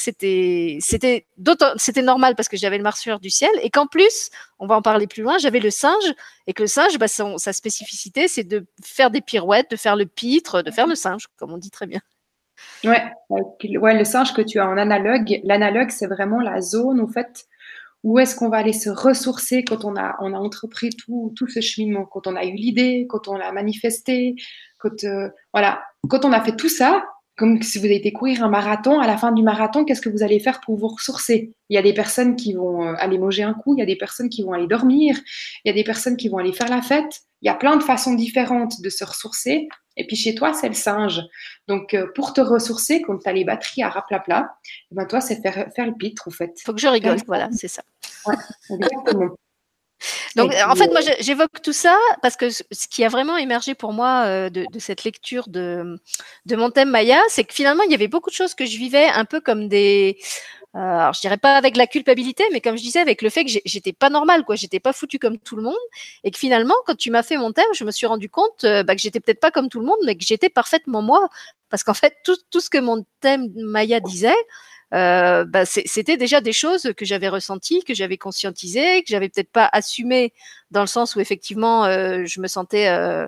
c'était normal parce que j'avais le marcheur du ciel et qu'en plus, on va en parler plus loin, j'avais le singe et que le singe, sa spécificité, c'est de faire des pirouettes, de faire le pitre, de faire le singe, comme on dit très bien. Ouais, ouais, le singe que tu as en analogue, l'analogue, c'est vraiment la zone, en fait, où est-ce qu'on va aller se ressourcer quand on a entrepris tout ce cheminement, quand on a eu l'idée, quand on l'a manifesté, voilà, quand on a fait tout ça, comme si vous avez été courir un marathon, à la fin du marathon, qu'est-ce que vous allez faire pour vous ressourcer? Il y a des personnes qui vont aller manger un coup, il y a des personnes qui vont aller dormir, il y a des personnes qui vont aller faire la fête. Il y a plein de façons différentes de se ressourcer. Et puis chez toi, c'est le singe. Donc, pour te ressourcer, quand tu as les batteries à raplapla, eh ben toi, c'est faire le pitre, en fait. Faut que je Faire le rigole, voilà, c'est ça. Ouais, exactement. Et Donc, en puis, fait, moi, j'évoque tout ça parce que ce qui a vraiment émergé pour moi de cette lecture de mon thème Maya, c'est que finalement, il y avait beaucoup de choses que je vivais un peu comme alors je dirais pas avec la culpabilité, mais comme je disais, avec le fait que j'étais pas normale, quoi, j'étais pas foutue comme tout le monde, et que finalement, quand tu m'as fait mon thème, je me suis rendu compte que j'étais peut-être pas comme tout le monde, mais que j'étais parfaitement moi, parce qu'en fait, tout ce que mon thème Maya disait, c'était déjà des choses que j'avais ressenties, que j'avais conscientisées, que j'avais peut-être pas assumées dans le sens où effectivement je me sentais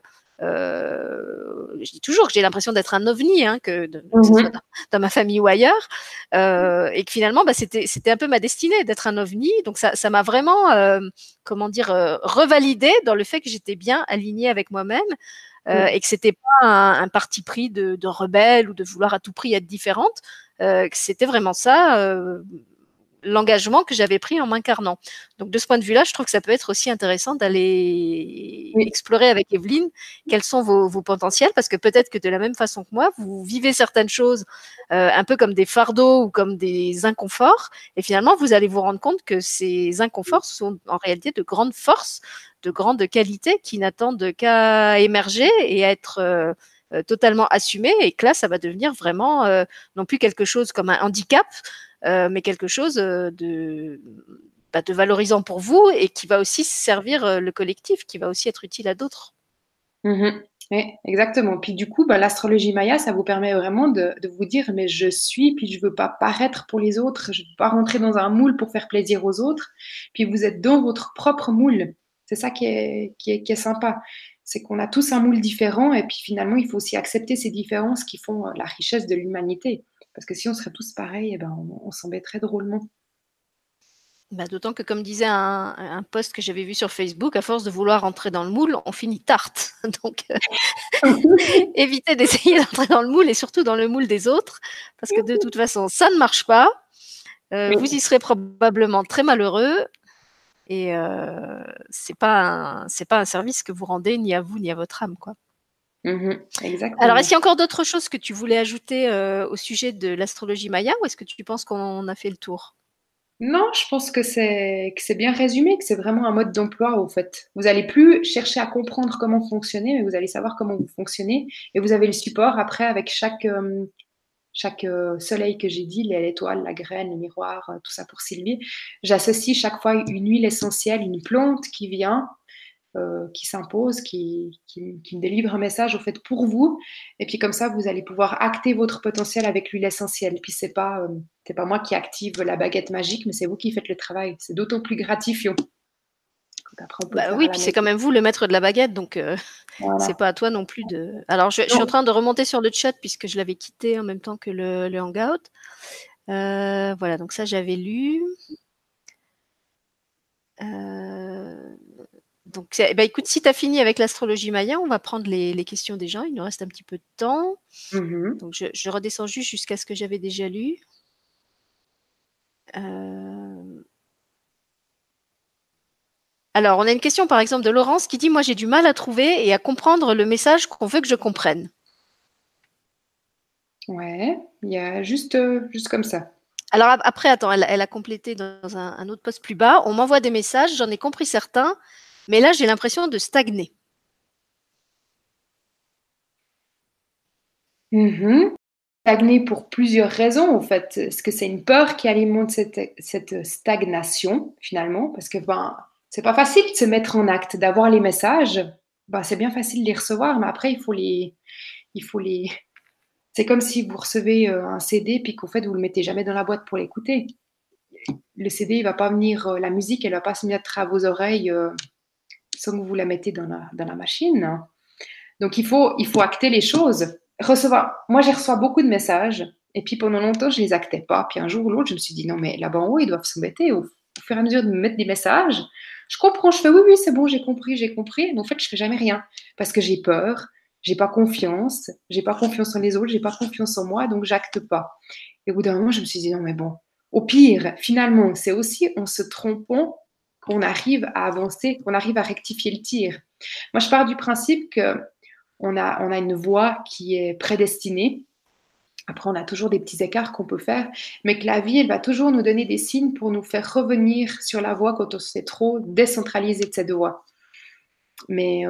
je dis toujours que j'ai l'impression d'être un ovni, hein, que ce soit mhm, dans ma famille ou ailleurs, et que finalement, c'était un peu ma destinée d'être un ovni. Donc ça m'a vraiment, comment dire, revalidé dans le fait que j'étais bien alignée avec moi-même, et que c'était pas un parti pris de rebelle ou de vouloir à tout prix être différente, que c'était vraiment ça, l'engagement que j'avais pris en m'incarnant. Donc de ce point de vue-là, je trouve que ça peut être aussi intéressant d'aller oui, explorer avec Evelyne quels sont vos potentiels, parce que peut-être que de la même façon que moi, vous vivez certaines choses un peu comme des fardeaux ou comme des inconforts, et finalement, vous allez vous rendre compte que ces inconforts sont en réalité de grandes forces, de grandes qualités qui n'attendent qu'à émerger et à être totalement assumées, et que là, ça va devenir vraiment non plus quelque chose comme un handicap, mais quelque chose de valorisant pour vous et qui va aussi servir le collectif, qui va aussi être utile à d'autres. mhm. Oui, exactement. Puis du coup, l'astrologie Maya, ça vous permet vraiment de vous dire, mais je suis, puis je veux pas paraître pour les autres, je veux pas rentrer dans un moule pour faire plaisir aux autres. Puis vous êtes dans votre propre moule. C'est ça qui est sympa. C'est qu'on a tous un moule différent, et puis finalement, il faut aussi accepter ces différences qui font la richesse de l'humanité. Parce que si on serait tous pareils, eh ben, on s'embêterait drôlement. D'autant que, comme disait un post que j'avais vu sur Facebook, à force de vouloir entrer dans le moule, on finit tarte. Donc, évitez d'essayer d'entrer dans le moule et surtout dans le moule des autres, parce que de toute façon, ça ne marche pas. Vous Oui. y serez probablement très malheureux, et c'est pas un service que vous rendez ni à vous ni à votre âme, quoi. Mhm. Alors, est-ce Exactement. qu'il y a encore d'autres choses que tu voulais ajouter au sujet de l'astrologie maya, ou est-ce que tu penses qu'on a fait le tour? Non, je pense que c'est bien résumé, que c'est vraiment un mode d'emploi au fait. Vous allez plus chercher à comprendre comment fonctionner, mais vous allez savoir comment vous fonctionnez et vous avez le support après avec chaque soleil que j'ai dit, l'étoile, la graine, le miroir, tout ça pour Sylvie. J'associe chaque fois une huile essentielle, une plante qui vient, qui s'impose, qui me délivre un message au fait pour vous. Et puis comme ça, vous allez pouvoir acter votre potentiel avec l'huile essentielle. Puis c'est pas moi qui active la baguette magique, mais c'est vous qui faites le travail. C'est d'autant plus gratifiant. Après, on peut le Bah faire oui, à la puis c'est maison. quand même vous le maître de la baguette, donc c'est Voilà. pas à toi non plus de. Alors, je suis en Donc, train de remonter sur le chat puisque je l'avais quitté en même temps que le Hangout. Voilà, donc ça j'avais lu. Euh, donc, bah, écoute, si tu as fini avec l'astrologie maya, on va prendre les questions des gens. Il nous reste un petit peu de temps. Donc, je redescends juste jusqu'à ce que j'avais déjà lu. Alors, on a une question par exemple de Laurence qui dit: moi, j'ai du mal à trouver et à comprendre le message qu'on veut que je comprenne. ouais, il y a juste comme ça. Alors après, attends, elle a complété dans un autre post plus bas. On m'envoie des messages, j'en ai compris certains, mais là, j'ai l'impression de stagner. Stagner pour plusieurs raisons, en fait. Est-ce que c'est une peur qui alimente cette stagnation, finalement? Parce que, ben, c'est pas facile de se mettre en acte, d'avoir les messages. Ben, c'est bien facile de les recevoir, mais après, il faut les. C'est comme si vous recevez un CD, puis qu'en fait, vous le mettez jamais dans la boîte pour l'écouter. Le CD, il va pas venir, la musique, elle va pas se mettre à vos oreilles sans que vous la mettez dans la machine. Donc, il faut acter les choses. Recevoir. Moi, j'ai reçu beaucoup de messages. Et puis, pendant longtemps, je les actais pas. Puis, un jour ou l'autre, je me suis dit, non, mais là-bas en haut, ils doivent s'embêter au fur et à mesure de me mettre des messages. Je comprends. Je fais, oui, oui, c'est bon, j'ai compris, j'ai compris. Mais en fait, je fais jamais rien. Parce que j'ai peur. J'ai pas confiance. J'ai pas confiance en les autres. J'ai pas confiance en moi. Donc, j'acte pas. Et au bout d'un moment, je me suis dit, non, mais bon. Au pire, finalement, c'est aussi en se trompant qu'on arrive à avancer, qu'on arrive à rectifier le tir. Moi, je pars du principe que on a une voie qui est prédestinée. Après, on a toujours des petits écarts qu'on peut faire, mais que la vie, elle va toujours nous donner des signes pour nous faire revenir sur la voie quand on s'est trop décentralisé de cette voie. Mais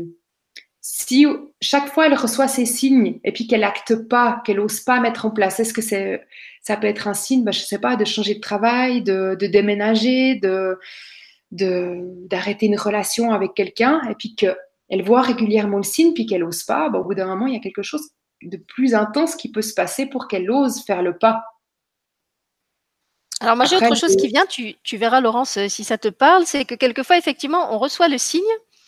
si chaque fois elle reçoit ces signes et puis qu'elle acte pas, qu'elle ose pas mettre en place, est-ce que ça peut être un signe, ben, je sais pas, de changer de travail, de déménager, d'arrêter une relation avec quelqu'un et puis qu'elle voit régulièrement le signe puis qu'elle ose pas, ben, au bout d'un moment, il y a quelque chose de plus intense qui peut se passer pour qu'elle ose faire le pas. Alors moi, j'ai Après, autre chose qui vient, tu verras Laurence si ça te parle, c'est que quelquefois, effectivement, on reçoit le signe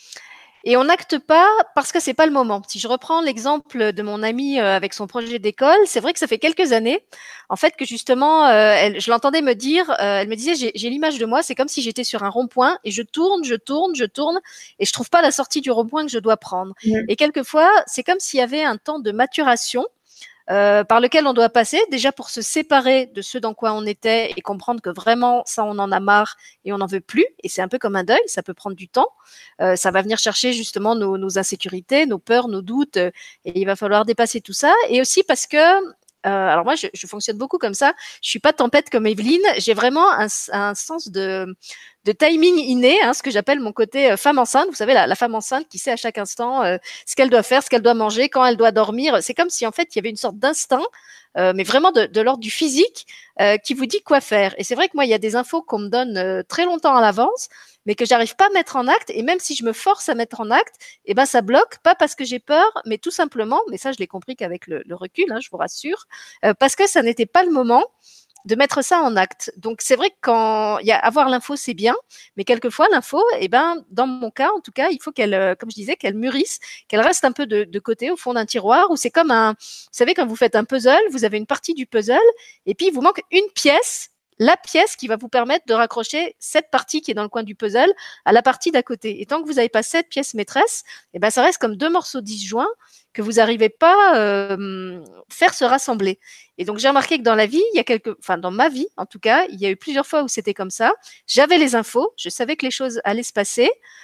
et on n'acte pas parce que c'est pas le moment. Si je reprends l'exemple de mon amie avec son projet d'école, c'est vrai que ça fait quelques années, en fait, que justement, je l'entendais me dire, elle me disait, j'ai l'image de moi, c'est comme si j'étais sur un rond-point et je tourne, je tourne, je tourne et je trouve pas la sortie du rond-point que je dois prendre. Et quelquefois, c'est comme s'il y avait un temps de maturation par lequel on doit passer, déjà pour se séparer de ce dans quoi on était et comprendre que vraiment, ça, on en a marre et on n'en veut plus. Et c'est un peu comme un deuil, ça peut prendre du temps. Ça va venir chercher justement nos insécurités, nos peurs, nos doutes, et il va falloir dépasser tout ça. Et aussi parce que alors moi, je fonctionne beaucoup comme ça. Je suis pas tempête comme Evelyne. J'ai vraiment un sens de timing inné, hein, ce que j'appelle mon côté femme enceinte. Vous savez, la femme enceinte qui sait à chaque instant ce qu'elle doit faire, ce qu'elle doit manger, quand elle doit dormir. C'est comme si en fait il y avait une sorte d'instinct, mais vraiment de l'ordre du physique, qui vous dit quoi faire. Et c'est vrai que moi, il y a des infos qu'on me donne très longtemps à l'avance, mais que j'arrive pas à mettre en acte. Et même si je me force à mettre en acte, eh ben ça bloque, pas parce que j'ai peur, mais tout simplement, mais ça je l'ai compris qu'avec le recul, hein, je vous rassure, parce que ça n'était pas le moment de mettre ça en acte. Donc c'est vrai que quand il y a avoir l'info c'est bien, mais quelquefois l'info, eh ben dans mon cas en tout cas, il faut qu'elle, comme je disais, qu'elle mûrisse, qu'elle reste un peu de côté au fond d'un tiroir où c'est comme un, vous savez quand vous faites un puzzle, vous avez une partie du puzzle et puis il vous manque une pièce. La pièce qui va vous permettre de raccrocher cette partie qui est dans le coin du puzzle à la partie d'à côté. Et tant que vous n'avez pas cette pièce maîtresse, eh ben ça reste comme deux morceaux disjoints que vous n'arrivez pas faire se rassembler. Et donc j'ai remarqué que dans la vie, il y a enfin dans ma vie en tout cas, il y a eu plusieurs fois où c'était comme ça. J'avais les infos, je savais que les choses allaient se passer.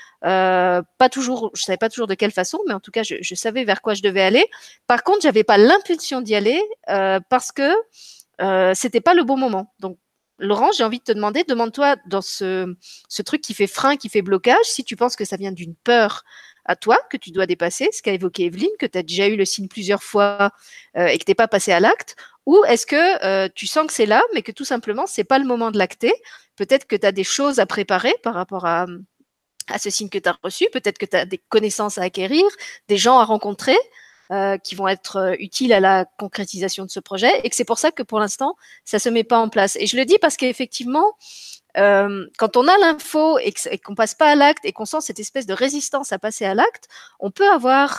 Pas toujours, je savais pas toujours de quelle façon, mais en tout cas, je savais vers quoi je devais aller. Par contre, j'avais pas l'impulsion d'y aller parce que c'était pas le bon moment. Donc Laurent, j'ai envie de te demander, demande-toi dans ce truc qui fait frein, qui fait blocage, si tu penses que ça vient d'une peur à toi que tu dois dépasser, ce qu'a évoqué Evelyne, que tu as déjà eu le signe plusieurs fois et que tu n'es pas passé à l'acte, ou est-ce que tu sens que c'est là, mais que tout simplement, c'est pas le moment de l'acter. Peut-être que tu as des choses à préparer par rapport à ce signe que tu as reçu, peut-être que tu as des connaissances à acquérir, des gens à rencontrer qui vont être utiles à la concrétisation de ce projet, et que c'est pour ça que pour l'instant, ça se met pas en place. Et je le dis parce qu'effectivement, quand on a l'info et qu'on passe pas à l'acte et qu'on sent cette espèce de résistance à passer à l'acte, on peut avoir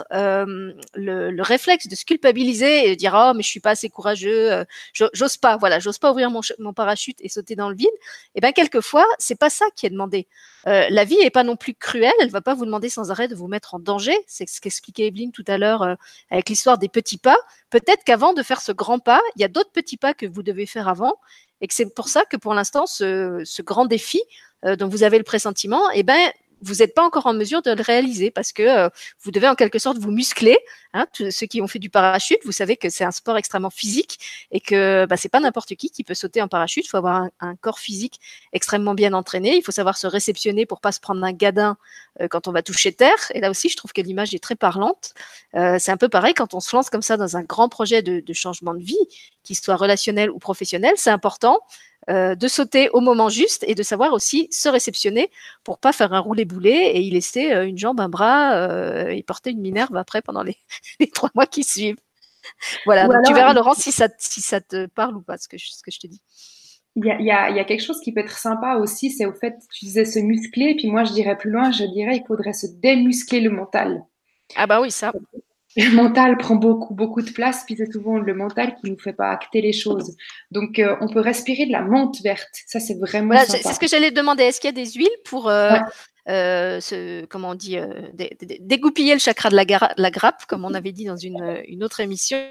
le réflexe de se culpabiliser et de dire oh mais je suis pas assez courageux, j'ose pas, voilà, j'ose pas ouvrir mon parachute et sauter dans le vide. Et ben quelquefois c'est pas ça qui est demandé. La vie est pas non plus cruelle, elle va pas vous demander sans arrêt de vous mettre en danger. C'est ce qu'expliquait Evelyne tout à l'heure avec l'histoire des petits pas. Peut-être qu'avant de faire ce grand pas, il y a d'autres petits pas que vous devez faire avant, et que c'est pour ça que pour l'instant, ce grand défi dont vous avez le pressentiment, eh ben, vous n'êtes pas encore en mesure de le réaliser parce que vous devez en quelque sorte vous muscler. Hein, tous ceux qui ont fait du parachute, vous savez que c'est un sport extrêmement physique et que c'est pas n'importe qui peut sauter en parachute. Il faut avoir un corps physique extrêmement bien entraîné. Il faut savoir se réceptionner pour pas se prendre un gadin quand on va toucher terre. Et là aussi, je trouve que l'image est très parlante. C'est un peu pareil quand on se lance comme ça dans un grand projet de changement de vie, qu'il soit relationnel ou professionnel. C'est important de sauter au moment juste et de savoir aussi se réceptionner pour pas faire un roulé-boulet et y laisser une jambe, un bras et porter une minerve après pendant les 3 mois qui suivent. Voilà, donc tu verras Laurent si ça te parle ou pas ce que je te dis. Il y a quelque chose qui peut être sympa aussi, c'est au fait, tu disais se muscler, puis moi je dirais plus loin, je dirais il faudrait se démuscler le mental. Ah bah oui, ça. Le mental prend beaucoup de place, puis c'est souvent le mental qui nous fait pas acter les choses. Donc, on peut respirer de la menthe verte. Ça, c'est vraiment voilà, sympa. c'est ce que j'allais te demander. Est-ce qu'il y a des huiles pour Ouais. comment on dit, dégoupiller le chakra de la grappe, comme on avait dit dans une autre émission,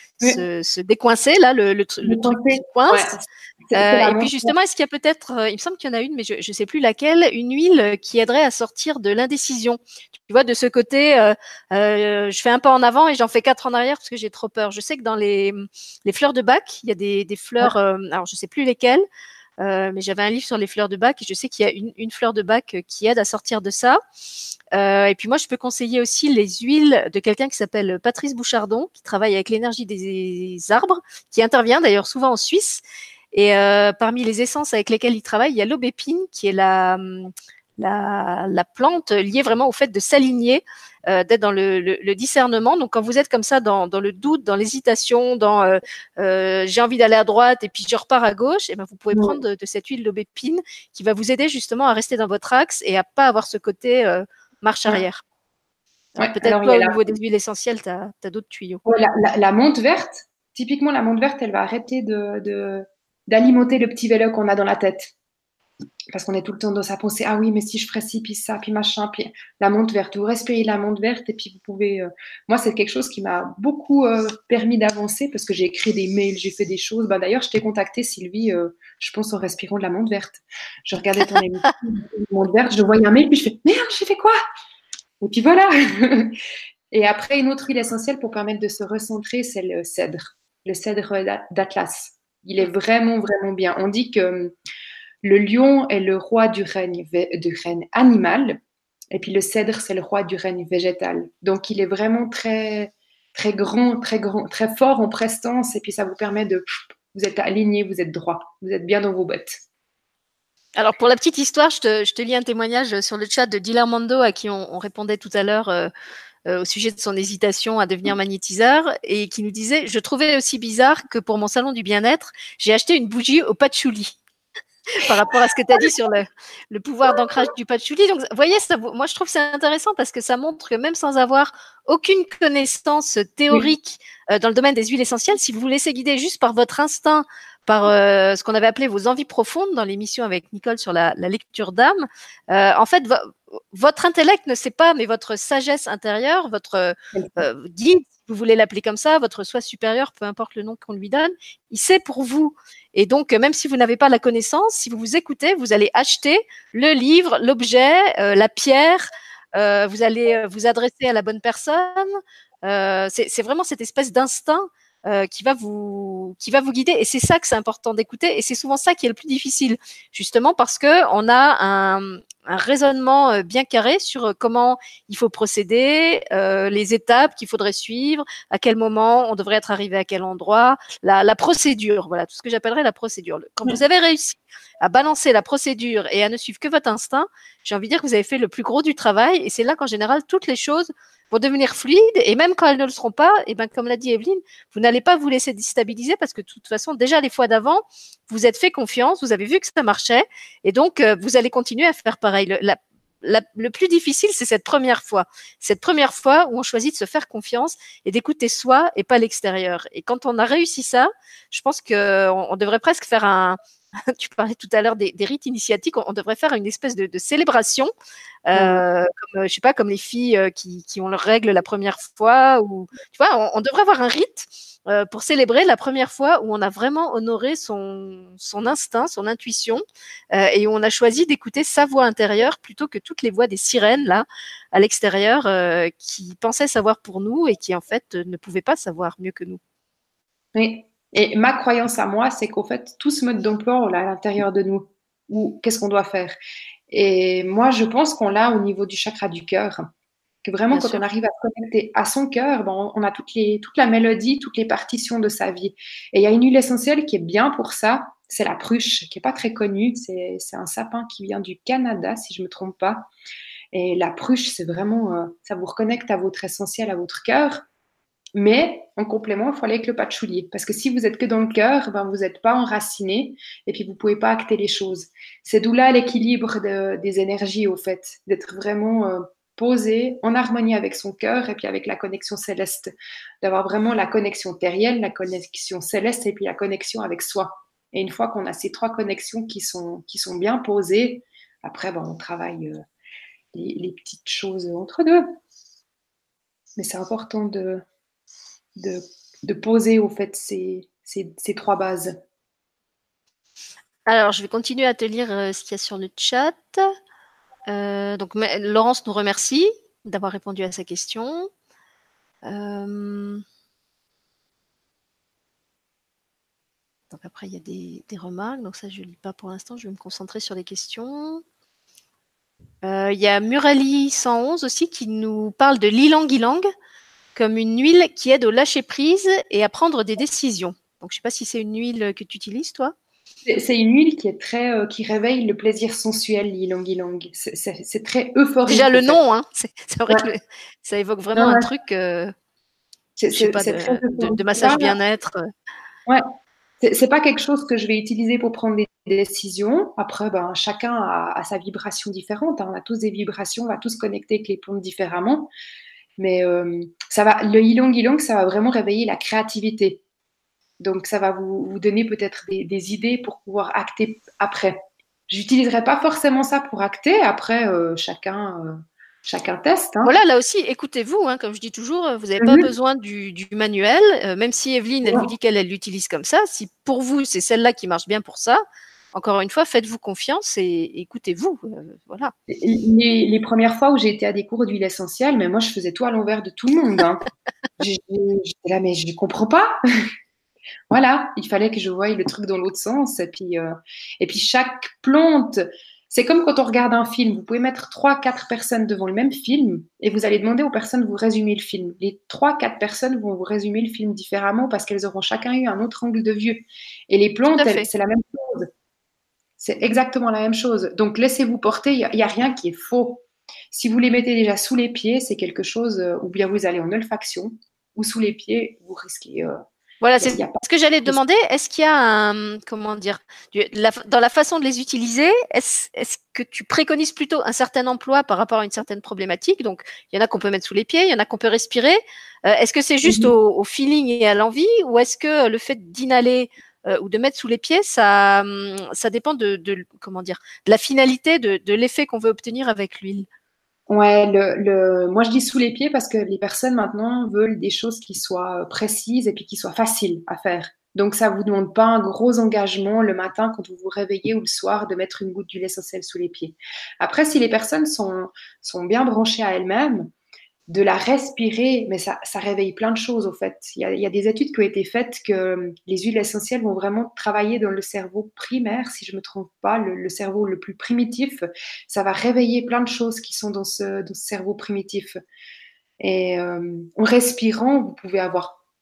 se décoincer, là, le truc qui coince. Et puis justement, est-ce qu'il y a peut-être, il me semble qu'il y en a une, mais je ne sais plus laquelle, une huile qui aiderait à sortir de l'indécision. Tu vois, de ce côté, je fais un pas en avant et j'en fais 4 en arrière parce que j'ai trop peur. Je sais que dans les fleurs de Bach, il y a des fleurs, alors je ne sais plus lesquelles, mais j'avais un livre sur les fleurs de Bach et je sais qu'il y a une fleur de Bach qui aide à sortir de ça. Et puis moi, je peux conseiller aussi les huiles de quelqu'un qui s'appelle Patrice Bouchardon, qui travaille avec l'énergie des arbres, qui intervient d'ailleurs souvent en Suisse. Et parmi les essences avec lesquelles il travaille, il y a l'aubépine, qui est la plante liée vraiment au fait de s'aligner, d'être dans le discernement. Donc quand vous êtes comme ça dans le doute, dans l'hésitation, dans j'ai envie d'aller à droite et puis je repars à gauche, et ben vous pouvez prendre de cette huile d'aubépine qui va vous aider justement à rester dans votre axe et à pas avoir ce côté marche arrière. Peut-être toi, au niveau des huiles essentielles, tu as d'autres tuyaux. Ouais, la menthe verte, typiquement la menthe verte, elle va arrêter d'alimenter le petit vélo qu'on a dans la tête. Parce qu'on est tout le temps dans sa pensée, ah oui, mais si je ferais ci, puis ça, puis machin, puis la menthe verte, vous respirez la menthe verte et puis vous pouvez... Moi, c'est quelque chose qui m'a beaucoup permis d'avancer parce que j'ai écrit des mails, j'ai fait des choses. Bah, d'ailleurs, je t'ai contacté, Sylvie, je pense en respirant de la menthe verte. Je regardais ton émission, de menthe verte, je voyais un mail, puis je fais, merde, j'ai fait quoi? Et puis voilà. Et après, une autre huile essentielle pour permettre de se recentrer, c'est le cèdre d'Atlas. Il est vraiment bien. On dit que le lion est le roi du règne animal, et puis le cèdre, c'est le roi du règne végétal. Donc, il est vraiment très grand, très fort en prestance, et puis ça vous permet vous êtes aligné, vous êtes droit, vous êtes bien dans vos bottes. Alors, pour la petite histoire, je te lis un témoignage sur le chat de Dilarmando à qui on répondait tout à l'heure au sujet de son hésitation à devenir magnétiseur et qui nous disait « Je trouvais aussi bizarre que pour mon salon du bien-être, j'ai acheté une bougie au patchouli. » Par rapport à ce que tu as dit sur le pouvoir d'ancrage du patchouli. Donc, vous voyez, moi, je trouve que c'est intéressant parce que ça montre que même sans avoir aucune connaissance théorique dans le domaine des huiles essentielles, si vous vous laissez guider juste par votre instinct, par ce qu'on avait appelé vos envies profondes dans l'émission avec Nicole sur la lecture d'âme, en fait, votre intellect ne sait pas, mais votre sagesse intérieure, votre guide, si vous voulez l'appeler comme ça, votre soi supérieur, peu importe le nom qu'on lui donne, il sait pour vous. Et donc, même si vous n'avez pas la connaissance, si vous vous écoutez, vous allez acheter le livre, l'objet, la pierre, vous allez vous adresser à la bonne personne. C'est vraiment cette espèce d'instinct qui va vous guider. Et c'est ça que c'est important d'écouter. Et c'est souvent ça qui est le plus difficile, justement parce que on a un raisonnement bien carré sur comment il faut procéder, les étapes qu'il faudrait suivre, à quel moment on devrait être arrivé à quel endroit, la procédure, voilà, tout ce que j'appellerais la procédure. Quand vous avez réussi à balancer la procédure et à ne suivre que votre instinct, j'ai envie de dire que vous avez fait le plus gros du travail. Et c'est là qu'en général, toutes les choses vont devenir fluides. Et même quand elles ne le seront pas, et ben, comme l'a dit Evelyne, vous n'allez pas vous laisser déstabiliser parce que de toute façon, déjà les fois d'avant, vous êtes fait confiance, vous avez vu que ça marchait. Et donc, vous allez continuer à faire pareil. Le plus difficile, c'est cette première fois. Cette première fois où on choisit de se faire confiance et d'écouter soi et pas l'extérieur. Et quand on a réussi ça, je pense qu'on devrait presque faire un, tu parlais tout à l'heure des rites initiatiques, on devrait faire une espèce de célébration, comme, je sais pas, comme les filles qui ont leurs règles la première fois, ou tu vois, on devrait avoir un rite pour célébrer la première fois où on a vraiment honoré son instinct, son intuition, et où on a choisi d'écouter sa voix intérieure plutôt que toutes les voix des sirènes là à l'extérieur qui pensaient savoir pour nous et qui en fait ne pouvaient pas savoir mieux que nous. Oui. Et ma croyance à moi, c'est qu'au fait, tout ce mode d'emploi, on l'a à l'intérieur de nous. Ou qu'est-ce qu'on doit faire? Et moi, je pense qu'on l'a au niveau du chakra du cœur. Que vraiment, Bien quand on sûr. arrive à se connecter à son cœur, ben, on a toute la mélodie, toutes les partitions de sa vie. Et il y a une huile essentielle qui est bien pour ça. C'est la pruche, qui est pas très connue. C'est un sapin qui vient du Canada, si je me trompe pas. Et la pruche, c'est vraiment, ça vous reconnecte à votre essentiel, à votre cœur. Mais en complément, il faut aller avec le patchouli. Parce que si vous êtes que dans le cœur, ben, vous n'êtes pas enraciné et puis vous pouvez pas acter les choses. C'est d'où là l'équilibre des énergies, au fait, d'être vraiment posé, en harmonie avec son cœur et puis avec la connexion céleste. D'avoir vraiment la connexion terrienne, la connexion céleste et puis la connexion avec soi. Et une fois qu'on a ces trois connexions qui sont bien posées, après, ben, on travaille les petites choses entre deux. Mais c'est important de, de poser au fait ces trois bases. Alors, je vais continuer à te lire ce qu'il y a sur le chat. Donc, Laurence nous remercie d'avoir répondu à sa question. Donc après, il y a des remarques. Donc ça, je ne lis pas pour l'instant. Je vais me concentrer sur les questions. Il y a Murali 111 aussi qui nous parle de l'ilang-ilang comme une huile qui aide au lâcher prise et à prendre des décisions. Donc, je ne sais pas si c'est une huile que tu utilises, toi. C'est une huile qui est très, qui réveille le plaisir sensuel, l'ilang-ilang. C'est très euphorique, Déjà au le fait. nom, hein, c'est vrai Ouais. que ça évoque vraiment Non, un ouais. truc, je sais pas, C'est très de euphorique. massage bien-être. Ouais. C'est pas quelque chose que je vais utiliser pour prendre des décisions. Après, ben, chacun a sa vibration différente, hein. On a tous des vibrations, on va tous connecter avec les plantes différemment. Mais ça va, le ylang-ylang, ça va vraiment réveiller la créativité. Donc, ça va vous donner peut-être des idées pour pouvoir acter après. J'utiliserai pas forcément ça pour acter. Après, chacun teste, hein. Voilà, là aussi, écoutez-vous, hein, comme je dis toujours, vous n'avez pas Mhm. besoin du manuel, même si Evelyne, elle vous dit qu'elle l'utilise comme ça. Si pour vous, c'est celle-là qui marche bien pour ça, encore une fois, faites-vous confiance et écoutez-vous. Voilà. Les premières fois où j'ai été à des cours d'huile essentielle, mais moi, je faisais tout à l'envers de tout le monde, hein. J'étais là, mais je ne comprends pas. Voilà, il fallait que je voie le truc dans l'autre sens. Et puis chaque plante, c'est comme quand on regarde un film. Vous pouvez mettre trois, quatre personnes devant le même film et vous allez demander aux personnes de vous résumer le film. Les trois, quatre personnes vont vous résumer le film différemment parce qu'elles auront chacun eu un autre angle de vue. Et les Tout plantes, à fait. c'est la même chose. C'est exactement la même chose. Donc laissez-vous porter. Il y a rien qui est faux. Si vous les mettez déjà sous les pieds, c'est quelque chose, ou bien vous allez en olfaction, ou sous les pieds, vous risquez. Voilà, Il c'est y a pas ce que j'allais te de demander. Est-ce qu'il y a un, comment dire, dans la façon de les utiliser, est-ce que tu préconises plutôt un certain emploi par rapport à une certaine problématique? Donc, il y en a qu'on peut mettre sous les pieds, il y en a qu'on peut respirer. Est-ce que c'est juste Mhm. au feeling et à l'envie, ou est-ce que le fait d'inhaler ou de mettre sous les pieds, ça dépend comment dire, de la finalité, de l'effet qu'on veut obtenir avec l'huile? Ouais, moi je dis sous les pieds parce que les personnes maintenant veulent des choses qui soient précises et puis qui soient faciles à faire. Donc ça vous demande pas un gros engagement le matin quand vous vous réveillez ou le soir de mettre une goutte d'huile essentielle sous les pieds. Après, si les personnes sont bien branchées à elles-mêmes, de la respirer, mais ça réveille plein de choses au fait. Il y a des études qui ont été faites que les huiles essentielles vont vraiment travailler dans le cerveau primaire, si je ne me trompe pas, le cerveau le plus primitif. Ça va réveiller plein de choses qui sont dans ce cerveau primitif. Et en respirant, vous pouvez avoir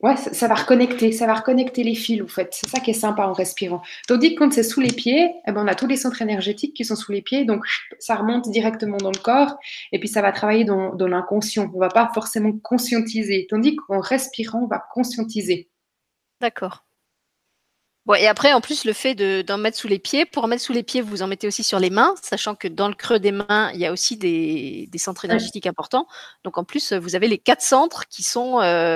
Ouais, ça va reconnecter les fils, en fait. C'est ça qui est sympa en respirant. Tandis que quand c'est sous les pieds, eh ben, on a tous les centres énergétiques qui sont sous les pieds, donc ça remonte directement dans le corps, et puis ça va travailler dans l'inconscient. On va pas forcément conscientiser. Tandis qu'en respirant, on va conscientiser. D'accord. Bon, et après, en plus, le fait d'en mettre sous les pieds, pour en mettre sous les pieds, vous en mettez aussi sur les mains, sachant que dans le creux des mains, il y a aussi des centres Ouais. énergétiques importants. Donc, en plus, vous avez les 4 centres qui sont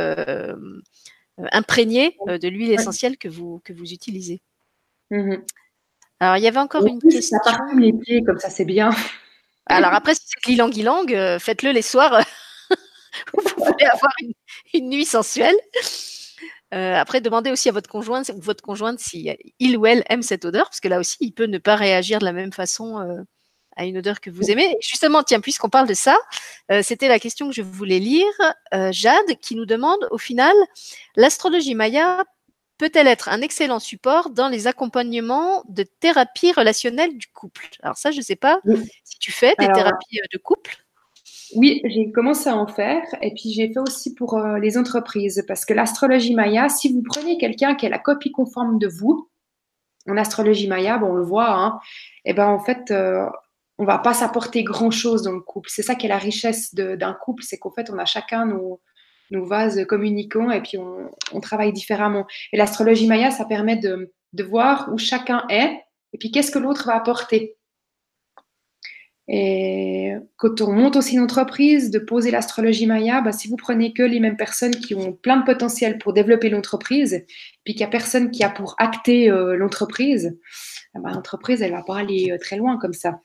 imprégnés de l'huile Ouais. essentielle que vous utilisez. Mhm. Alors, il y avait encore En une plus, ça parfume les question. pieds, comme ça, c'est bien. Alors après, si c'est ylang-ylang, faites-le les soirs où vous voulez avoir une nuit sensuelle. Après, demandez aussi à votre conjointe si il ou elle aime cette odeur, parce que là aussi, il peut ne pas réagir de la même façon à une odeur que vous aimez. Et justement, tiens, puisqu'on parle de ça, c'était la question que je voulais lire. Jade qui nous demande, au final, l'astrologie maya peut-elle être un excellent support dans les accompagnements de thérapie relationnelle du couple? Alors ça, je ne sais pas Oui. si tu fais des Alors, thérapies de couple. oui, j'ai commencé à en faire et puis j'ai fait aussi pour les entreprises parce que l'astrologie maya, si vous prenez quelqu'un qui est la copie conforme de vous, en astrologie maya, bon, on le voit, hein, et ben en fait, on va pas s'apporter grand-chose dans le couple. C'est ça qui est la richesse d'un couple, c'est qu'en fait, on a chacun nos vases communicants et puis on travaille différemment. Et l'astrologie maya, ça permet de voir où chacun est et puis qu'est-ce que l'autre va apporter. Et quand on monte aussi une entreprise, de poser l'astrologie maya, bah, si vous prenez que les mêmes personnes qui ont plein de potentiel pour développer l'entreprise, puis qu'il n'y a personne qui a pour acter l'entreprise, bah, l'entreprise, elle va pas aller très loin comme ça.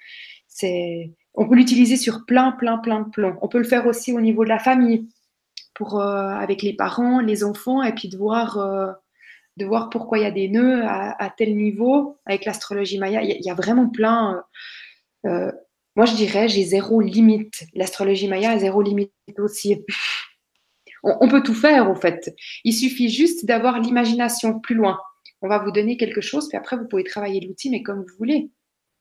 On peut l'utiliser sur plein de plans. On peut le faire aussi au niveau de la famille, avec les parents, les enfants, et puis de voir pourquoi il y a des nœuds à tel niveau avec l'astrologie maya. Il y a vraiment plein. Euh, Moi, je dirais, j'ai zéro limite. L'astrologie maya a zéro limite aussi. On peut tout faire, en fait. Il suffit juste d'avoir l'imagination plus loin. On va vous donner quelque chose, puis après, vous pouvez travailler l'outil, mais comme vous voulez.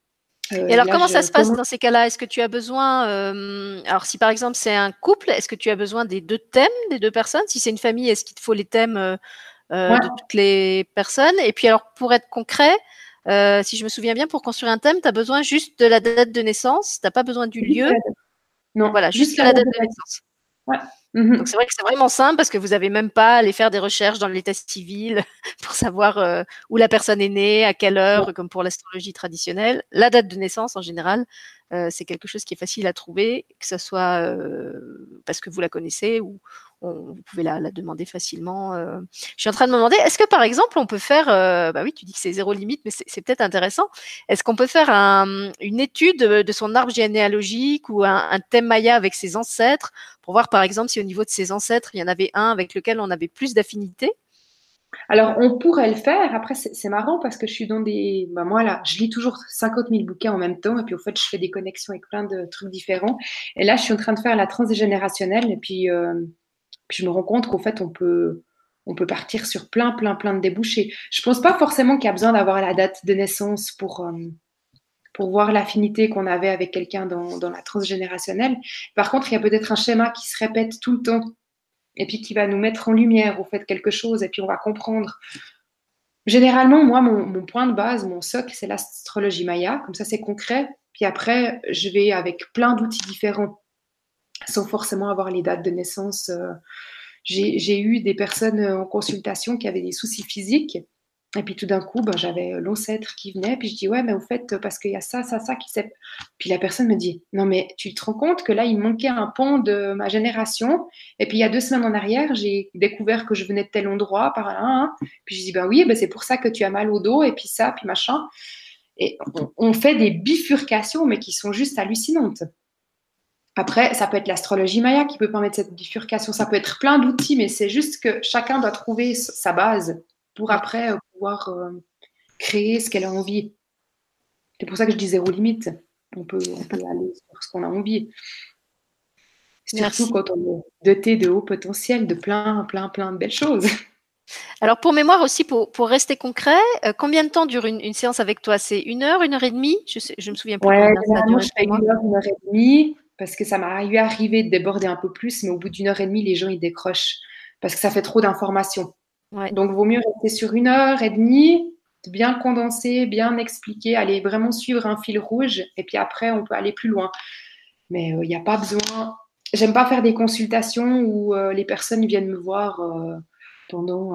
Et alors, Là, comment ça je se passe commence. dans ces cas-là? Est-ce que tu as besoin, alors si par exemple c'est un couple, est-ce que tu as besoin des deux thèmes des deux personnes? Si c'est une famille, est-ce qu'il te faut les thèmes Ouais, de toutes les personnes? Et puis alors, pour être concret, si je me souviens bien, pour construire un thème, tu as besoin juste de la date de naissance, tu n'as pas besoin du juste lieu, la date. Non, voilà, juste juste la la date date de de naissance. naissance. Ouais. Donc Mhm. c'est vrai que c'est vraiment simple parce que vous avez même pas à aller faire des recherches dans l'état civil pour savoir où la personne est née, à quelle Ouais. heure, comme pour l'astrologie traditionnelle. La date de naissance en général, c'est quelque chose qui est facile à trouver, que ce soit parce que vous la connaissez ou vous pouvez la demander facilement. Je suis en train de me demander, est-ce que par exemple on peut faire, bah oui, tu dis que c'est zéro limite, mais c'est peut-être intéressant. Est-ce qu'on peut faire une étude de son arbre généalogique ou un thème maya avec ses ancêtres pour voir par exemple si au niveau de ses ancêtres, il y en avait un avec lequel on avait plus d'affinité? Alors, on pourrait le faire. Après, c'est marrant parce que je suis dans des. Bah, moi, là, je lis toujours 50 000 bouquins en même temps. Et puis, au fait, je fais des connexions avec plein de trucs différents. Et là, je suis en train de faire la transgénérationnelle. Et puis je me rends compte qu'au fait, on peut partir sur plein de débouchés. Je pense pas forcément qu'il y a besoin d'avoir la date de naissance pour voir l'affinité qu'on avait avec quelqu'un dans la transgénérationnelle. Par contre, il y a peut-être un schéma qui se répète tout le temps et puis qui va nous mettre en lumière au fait quelque chose et puis on va comprendre. Généralement, moi, mon point de base, mon socle, c'est l'astrologie maya. Comme ça, c'est concret. Puis après, je vais avec plein d'outils différents sans forcément avoir les dates de naissance. J'ai eu des personnes en consultation qui avaient des soucis physiques. Et puis tout d'un coup, ben, j'avais l'ancêtre qui venait. Puis je dis, ouais, mais au fait, parce qu'il y a ça qui s'est. Puis la personne me dit, non, mais tu te rends compte que là, il manquait un pan de ma génération. Et puis il y a 2 semaines en arrière, j'ai découvert que je venais de tel endroit, par là. Hein. Puis je dis, ben oui, ben c'est pour ça que tu as mal au dos, et puis ça, puis machin. Et on fait des bifurcations, mais qui sont juste hallucinantes. Après, ça peut être l'astrologie maya qui peut permettre cette bifurcation. Ça peut être plein d'outils, mais c'est juste que chacun doit trouver sa base pour Mm. après pouvoir créer ce qu'elle a envie. C'est pour ça que je dis zéro limite. On peut aller sur ce qu'on a envie. Surtout Merci. quand on est doté de haut potentiel, de plein de belles choses. Alors pour mémoire aussi, pour rester concret, combien de temps dure une séance avec toi? C'est 1 et demie? Je me souviens plus Ouais, combien ça a généralement, duré je fais pour moi. 1 heure et demie, parce que ça m'est arrivé de déborder un peu plus, mais au bout d'1 heure et demie, les gens, ils décrochent. parce que ça fait trop d'informations. Ouais. Donc, vaut mieux rester sur 1 heure et demie, bien condenser, bien expliquer, aller vraiment suivre un fil rouge, et puis après, on peut aller plus loin. Mais il n'y a pas besoin. J'aime pas faire des consultations où les personnes viennent me voir pendant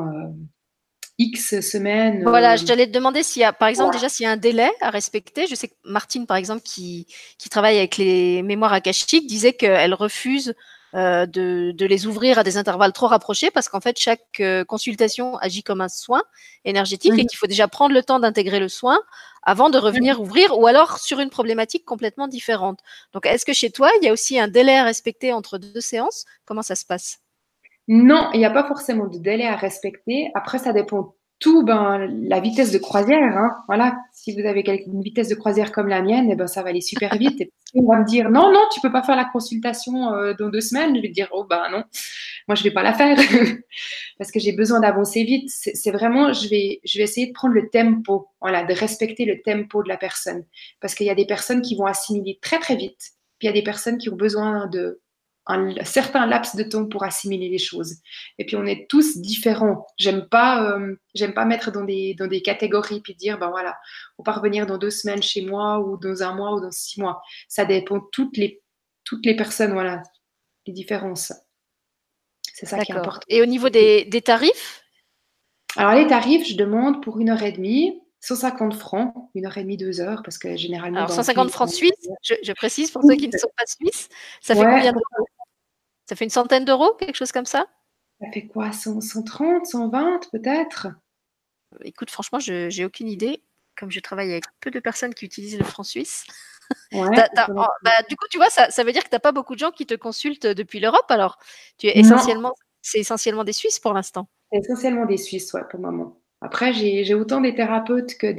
X semaines. Voilà, j'allais te demander s'il y a, par exemple, Voilà. déjà s'il y a un délai à respecter. Je sais que Martine, par exemple, qui travaille avec les mémoires akashiques, disait qu'elle refuse de les ouvrir à des intervalles trop rapprochés parce qu'en fait, chaque consultation agit comme un soin énergétique et Mhm. qu'il faut déjà prendre le temps d'intégrer le soin avant de revenir ouvrir ou alors sur une problématique complètement différente. Donc, est-ce que chez toi, il y a aussi un délai à respecter entre deux séances? Comment ça se passe? Non, il n'y a pas forcément de délai à respecter. Après, ça dépend tout, ben, la vitesse de croisière, hein. Voilà. Si vous avez une vitesse de croisière comme la mienne, eh ben, ça va aller super vite. Et puis, on va me dire, non, non, tu peux pas faire la consultation dans 2 semaines. Je vais dire, oh, ben, non, moi, je vais pas la faire parce que j'ai besoin d'avancer vite. C'est vraiment, je vais essayer de prendre le tempo, voilà, de respecter le tempo de la personne. Parce qu'il y a des personnes qui vont assimiler très, très vite. Puis il y a des personnes qui ont besoin de un certain laps de temps pour assimiler les choses. Et puis on est tous différents. J'aime pas mettre dans des catégories puis dire ben voilà, on va revenir dans 2 semaines chez moi ou dans un mois ou dans 6 mois. Ça dépend de toutes les personnes, voilà, les différences. C'est ça qui est D'accord. important. Et au niveau des tarifs? Alors les tarifs, je demande pour 1 heure et demie, 150 francs, 1 heure et demie, 2 heures, parce que généralement Alors dans le 150 pays. francs suisses, je précise pour ceux qui ne sont pas suisses, ça fait Ouais, combien d'euros? Ça fait une centaine d'euros, quelque chose comme ça? ça fait quoi, 130, 120 peut-être? Écoute, franchement, je j'ai aucune idée, comme je travaille avec peu de personnes qui utilisent le franc suisse. Ouais, Tu as du coup, tu vois, ça veut dire que tu as pas beaucoup de gens qui te consultent depuis l'Europe alors? Tu es non, c'est essentiellement des Suisses pour l'instant? c'est essentiellement des Suisses, ouais, pour le moment. Après, j'ai autant des thérapeutes que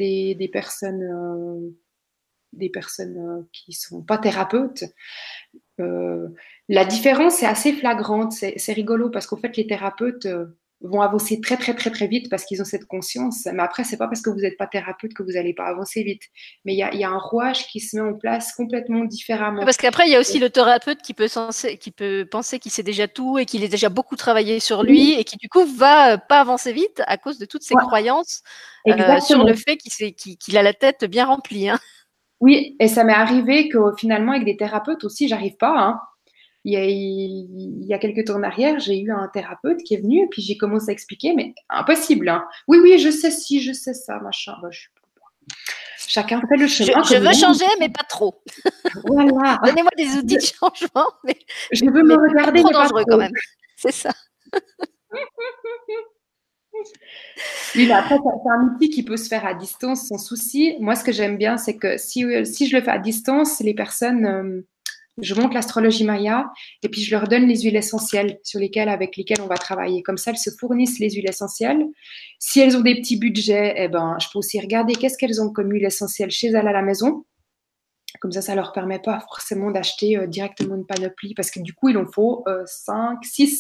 des personnes qui sont pas thérapeutes. Euh, la différence est assez flagrante. C'est rigolo parce qu'en fait, les thérapeutes vont avancer très, très, très, très vite parce qu'ils ont cette conscience. Mais après, c'est pas parce que vous n'êtes pas thérapeute que vous n'allez pas avancer vite. Mais il y a un rouage qui se met en place complètement Oui, différemment. parce qu'après, il y a aussi le thérapeute qui peut penser qu'il sait déjà tout et qu'il a déjà beaucoup travaillé sur lui et qui, du coup, va pas avancer vite à cause de toutes ses Ouais, croyances sur le exactement. fait qu'il a la tête bien remplie. Hein. Oui, et ça m'est arrivé que finalement, avec des thérapeutes aussi, j'arrive pas, hein. Il y a quelques temps en arrière, j'ai eu un thérapeute qui est venu et puis j'ai commencé à expliquer, mais impossible, hein. Oui, oui, je sais si, je sais ça, machin. Bah, chacun fait le chemin Je comme il veux aime. changer, mais pas trop. Voilà. Donnez-moi des outils de changement, Je veux me mais pas regarder, trop mais pas dangereux quand trop. même. C'est ça. Oui, mais après, c'est un outil qui peut se faire à distance sans souci. Moi, ce que j'aime bien, c'est que si je le fais à distance, les personnes, je monte l'astrologie Maya et puis je leur donne les huiles essentielles avec lesquelles on va travailler. Comme ça, elles se fournissent les huiles essentielles. Si elles ont des petits budgets, eh ben, je peux aussi regarder qu'est-ce qu'elles ont comme huile essentielle chez elles à la maison. Comme ça leur permet pas forcément d'acheter directement une panoplie parce que du coup, il en faut 5,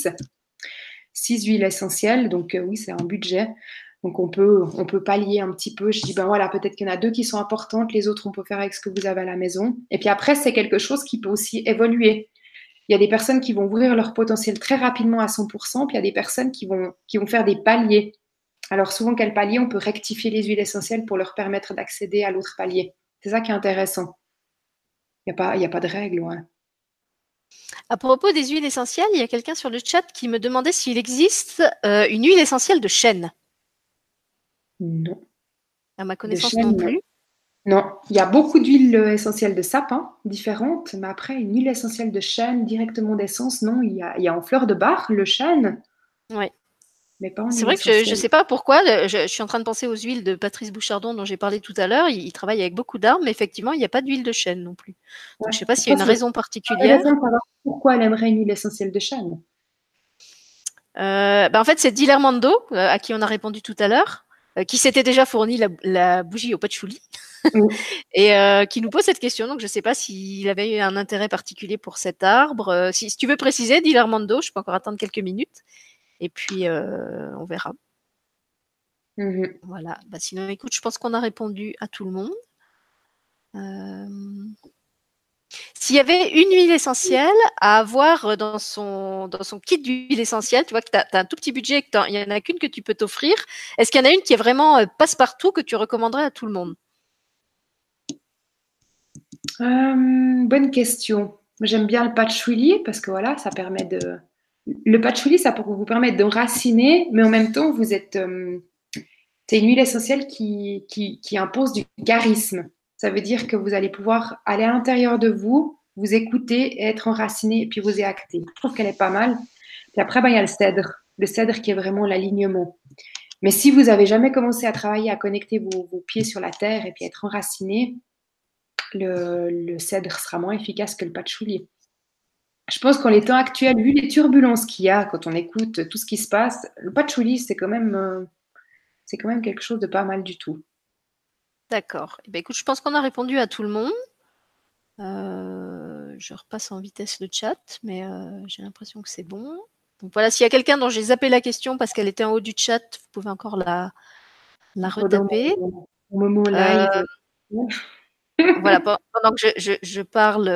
6 huiles essentielles. Donc oui, c'est un budget. Donc on peut pallier un petit peu. Je dis, ben voilà, peut-être qu'il y en a 2 qui sont importantes, les autres, on peut faire avec ce que vous avez à la maison. Et puis après, c'est quelque chose qui peut aussi évoluer. Il y a des personnes qui vont ouvrir leur potentiel très rapidement à 100%, puis il y a des personnes qui vont faire des paliers. Alors souvent, quel palier, on peut rectifier les huiles essentielles pour leur permettre d'accéder à l'autre palier. C'est ça qui est intéressant. Il y a pas de règle, ouais. À propos des huiles essentielles, il y a quelqu'un sur le chat qui me demandait s'il existe une huile essentielle de chêne. Non. À ma De connaissance non chêne, non. plus. Non, il y a beaucoup d'huiles essentielles de sapin différentes, mais après, une huile essentielle de chêne directement d'essence, non, il y a en fleur de bar le chêne, Ouais. mais pas en C'est huile vrai que je ne essentielle. sais pas pourquoi. Je suis en train de penser aux huiles de Patrice Bouchardon dont j'ai parlé tout à l'heure. Il travaille avec beaucoup d'arbres, mais effectivement, il n'y a pas d'huile de chêne non plus. Ouais. Donc, je ne sais pas s'il y a Après, une c'est raison intéressant particulière. de savoir pourquoi elle aimerait une huile essentielle de chêne. En fait, c'est Dilermando, à qui on a répondu tout à l'heure, qui s'était déjà fourni la bougie au patchouli Oui. et qui nous pose cette question. Donc, je ne sais pas s'il avait eu un intérêt particulier pour cet arbre. Si tu veux préciser, Dilermando, je peux encore attendre quelques minutes. Et puis, on verra. Mhm. Voilà. Bah, sinon, écoute, je pense qu'on a répondu à tout le monde. Euh, S'il y avait une huile essentielle à avoir dans son kit d'huile essentielle, tu vois que tu as un tout petit budget, il n'y en a qu'une que tu peux t'offrir, est-ce qu'il y en a une qui est vraiment passe-partout que tu recommanderais à tout le monde? Bonne question. J'aime bien le patchouli parce que voilà, ça permet de. Le patchouli, ça peut vous permettre d'enraciner, mais en même temps, vous êtes. C'est une huile essentielle qui impose du charisme. Ça veut dire que vous allez pouvoir aller à l'intérieur de vous, vous écouter et être enraciné et puis vous éacter. Je trouve qu'elle est pas mal. Puis après, ben, il y a le cèdre qui est vraiment l'alignement. Mais si vous avez jamais commencé à travailler, à connecter vos pieds sur la terre et puis être enraciné, le cèdre sera moins efficace que le patchouli. Je pense qu'en les temps actuels, vu les turbulences qu'il y a quand on écoute tout ce qui se passe, le patchouli, c'est quand même quelque chose de pas mal du tout. D'accord. Eh ben, écoute, je pense qu'on a répondu à tout le monde. Je repasse en vitesse le chat, mais j'ai l'impression que c'est bon. Donc voilà, s'il y a quelqu'un dont j'ai zappé la question parce qu'elle était en haut du chat, vous pouvez encore la Pendant retaper. mon moment Euh, live. voilà, pendant que je parle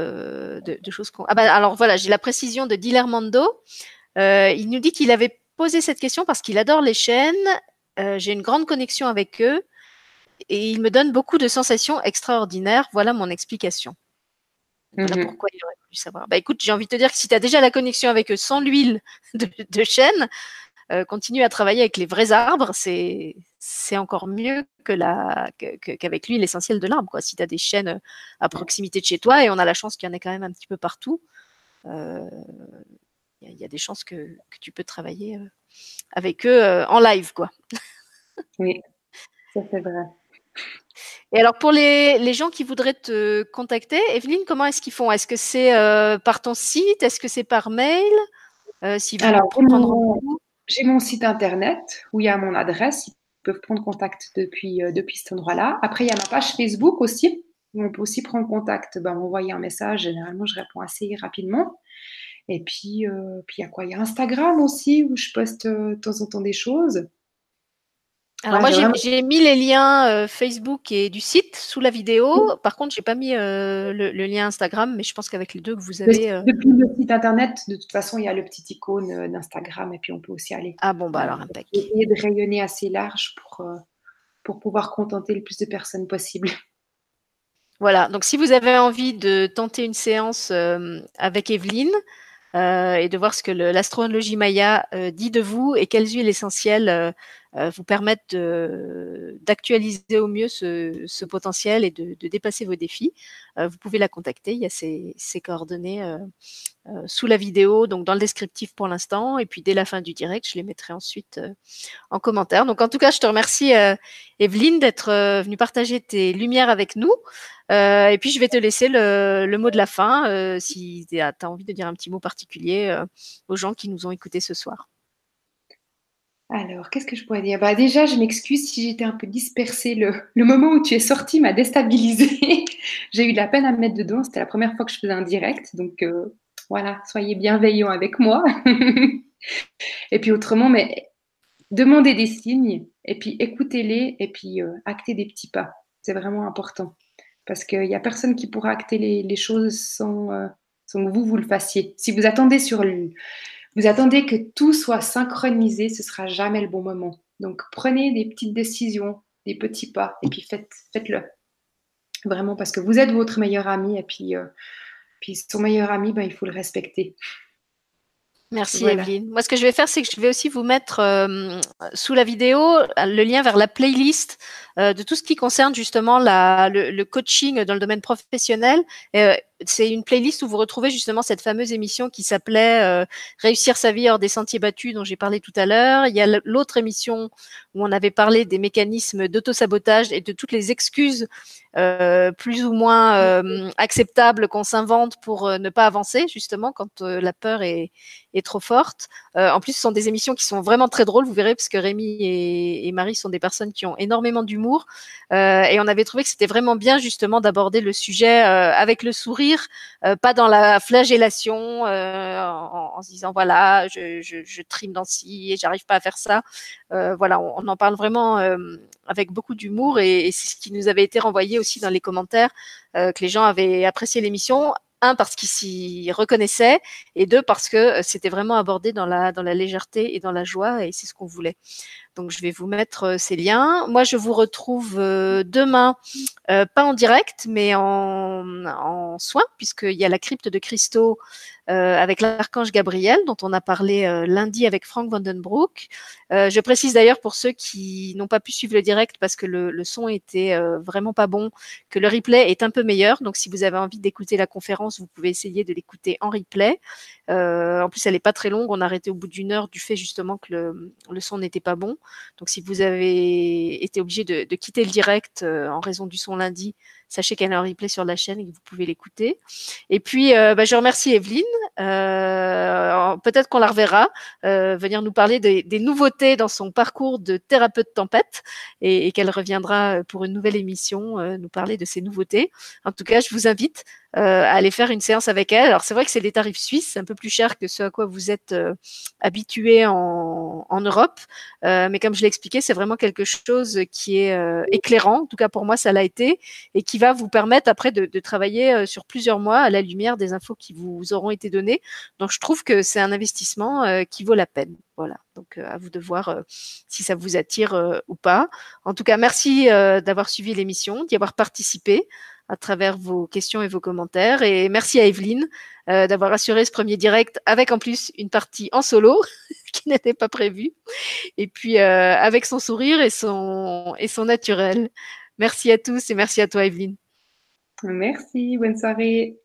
de choses qu'on... Ah bah, alors voilà, j'ai la précision de Dilermando. Il nous dit qu'il avait posé cette question parce qu'il adore les chaînes. J'ai une grande connexion avec eux et ils me donnent beaucoup de sensations extraordinaires. Voilà mon explication. Voilà Mhm. pourquoi il aurait voulu savoir. Bah écoute, j'ai envie de te dire que si tu as déjà la connexion avec eux sans l'huile de chêne, continue à travailler avec les vrais arbres, c'est encore mieux qu'avec l'huile essentielle de l'arbre. Quoi. Si tu as des chênes à proximité de chez toi, et on a la chance qu'il y en ait quand même un petit peu partout, euh, y a des chances que tu peux travailler avec eux en live. Quoi. Oui, ça c'est vrai. Et alors pour les gens qui voudraient te contacter, Evelyne, comment est-ce qu'ils font? Est-ce que c'est par ton site? Est-ce que c'est par mail? S'ils veulent Alors, prendre rendez-vous? j'ai mon site internet où il y a mon adresse. Ils peuvent prendre contact depuis cet endroit-là. Après, il y a ma page Facebook aussi, où on peut aussi prendre contact, ben, m'envoyer un message. Généralement, je réponds assez rapidement. Et puis il y a quoi? Il y a Instagram aussi, où je poste de temps en temps des choses. Alors Ouais, moi, j'ai vraiment j'ai mis les liens Facebook et du site sous la vidéo. Par contre, j'ai pas mis le lien Instagram, mais je pense qu'avec les deux que vous avez... depuis le site internet, de toute façon, il y a le petit icône d'Instagram et puis on peut aussi aller Ah bon, bah alors impec. essayer de rayonner assez large pour pouvoir contenter le plus de personnes possible. Voilà, donc si vous avez envie de tenter une séance avec Evelyne et de voir ce que l'astrologie maya dit de vous et quelles huiles essentielles vous permettent d'actualiser au mieux ce potentiel et de dépasser vos défis, vous pouvez la contacter. Il y a ses coordonnées sous la vidéo, donc dans le descriptif pour l'instant, et puis dès la fin du direct, je les mettrai ensuite en commentaire. Donc en tout cas, je te remercie Evelyne d'être venue partager tes lumières avec nous. Et puis je vais te laisser le mot de la fin si tu as envie de dire un petit mot particulier aux gens qui nous ont écoutés ce soir. Alors, qu'est-ce que je pourrais dire? Bah, déjà, je m'excuse si j'étais un peu dispersée. Le moment où tu es sorti m'a déstabilisée. J'ai eu de la peine à me mettre dedans. C'était la première fois que je faisais un direct. Donc, voilà, soyez bienveillants avec moi. Et puis, autrement, mais demandez des signes et puis écoutez-les et puis actez des petits pas. C'est vraiment important. Parce qu'il n'y a personne qui pourra acter les choses sans que vous le fassiez. Si vous attendez vous attendez que tout soit synchronisé, ce sera jamais le bon moment. Donc prenez des petites décisions, des petits pas, et puis faites-le. Vraiment, parce que vous êtes votre meilleur ami, et puis son meilleur ami, ben, il faut le respecter. Merci Voilà. Evelyne. Moi, ce que je vais faire, c'est que je vais aussi vous mettre sous la vidéo le lien vers la playlist de tout ce qui concerne justement le coaching dans le domaine professionnel. C'est une playlist où vous retrouvez justement cette fameuse émission qui s'appelait Réussir sa vie hors des sentiers battus dont j'ai parlé tout à l'heure. Il y a l'autre émission où on avait parlé des mécanismes d'autosabotage et de toutes les excuses plus ou moins acceptables qu'on s'invente pour ne pas avancer justement quand la peur est trop forte. En plus, ce sont des émissions qui sont vraiment très drôles, vous verrez, parce que Rémi et Marie sont des personnes qui ont énormément d'humour d'humour. Et on avait trouvé que c'était vraiment bien justement d'aborder le sujet avec le sourire, pas dans la flagellation, en se disant voilà, je trime dans ci et j'arrive pas à faire ça. Voilà, on en parle vraiment avec beaucoup d'humour et c'est ce qui nous avait été renvoyé aussi dans les commentaires, que les gens avaient apprécié l'émission. Un, parce qu'ils s'y reconnaissaient, et deux, parce que c'était vraiment abordé dans la légèreté et dans la joie, et c'est ce qu'on voulait. Donc, je vais vous mettre ces liens. Moi, je vous retrouve demain, pas en direct, mais en soin, puisqu'il y a la crypte de Christo avec l'archange Gabriel, dont on a parlé lundi avec Frank Vandenbroek. Je précise d'ailleurs pour ceux qui n'ont pas pu suivre le direct parce que le son était vraiment pas bon, que le replay est un peu meilleur. Donc, si vous avez envie d'écouter la conférence, vous pouvez essayer de l'écouter en replay. En plus, elle n'est pas très longue. On a arrêté au bout d'une heure du fait justement que le son n'était pas bon. Donc, si vous avez été obligé de quitter le direct en raison du son lundi, sachez qu'elle est en replay sur la chaîne et que vous pouvez l'écouter. Et puis, je remercie Evelyne. Peut-être qu'on la reverra venir nous parler des nouveautés dans son parcours de thérapeute tempête et qu'elle reviendra pour une nouvelle émission nous parler de ces nouveautés. En tout cas, je vous invite à aller faire une séance avec elle. Alors, c'est vrai que c'est des tarifs suisses, c'est un peu plus cher que ce à quoi vous êtes habitué en Europe. Mais comme je l'ai expliqué, c'est vraiment quelque chose qui est éclairant. En tout cas, pour moi, ça l'a été et qui va vous permettre après de travailler sur plusieurs mois à la lumière des infos qui vous auront été données. Donc, je trouve que c'est un investissement qui vaut la peine. Voilà. Donc, à vous de voir si ça vous attire ou pas. En tout cas, merci d'avoir suivi l'émission, d'y avoir participé à travers vos questions et vos commentaires. Et merci à Evelyne d'avoir assuré ce premier direct avec en plus une partie en solo qui n'était pas prévue. Et puis avec son sourire et son naturel. Merci à tous et merci à toi, Evelyne. Merci, bonne soirée.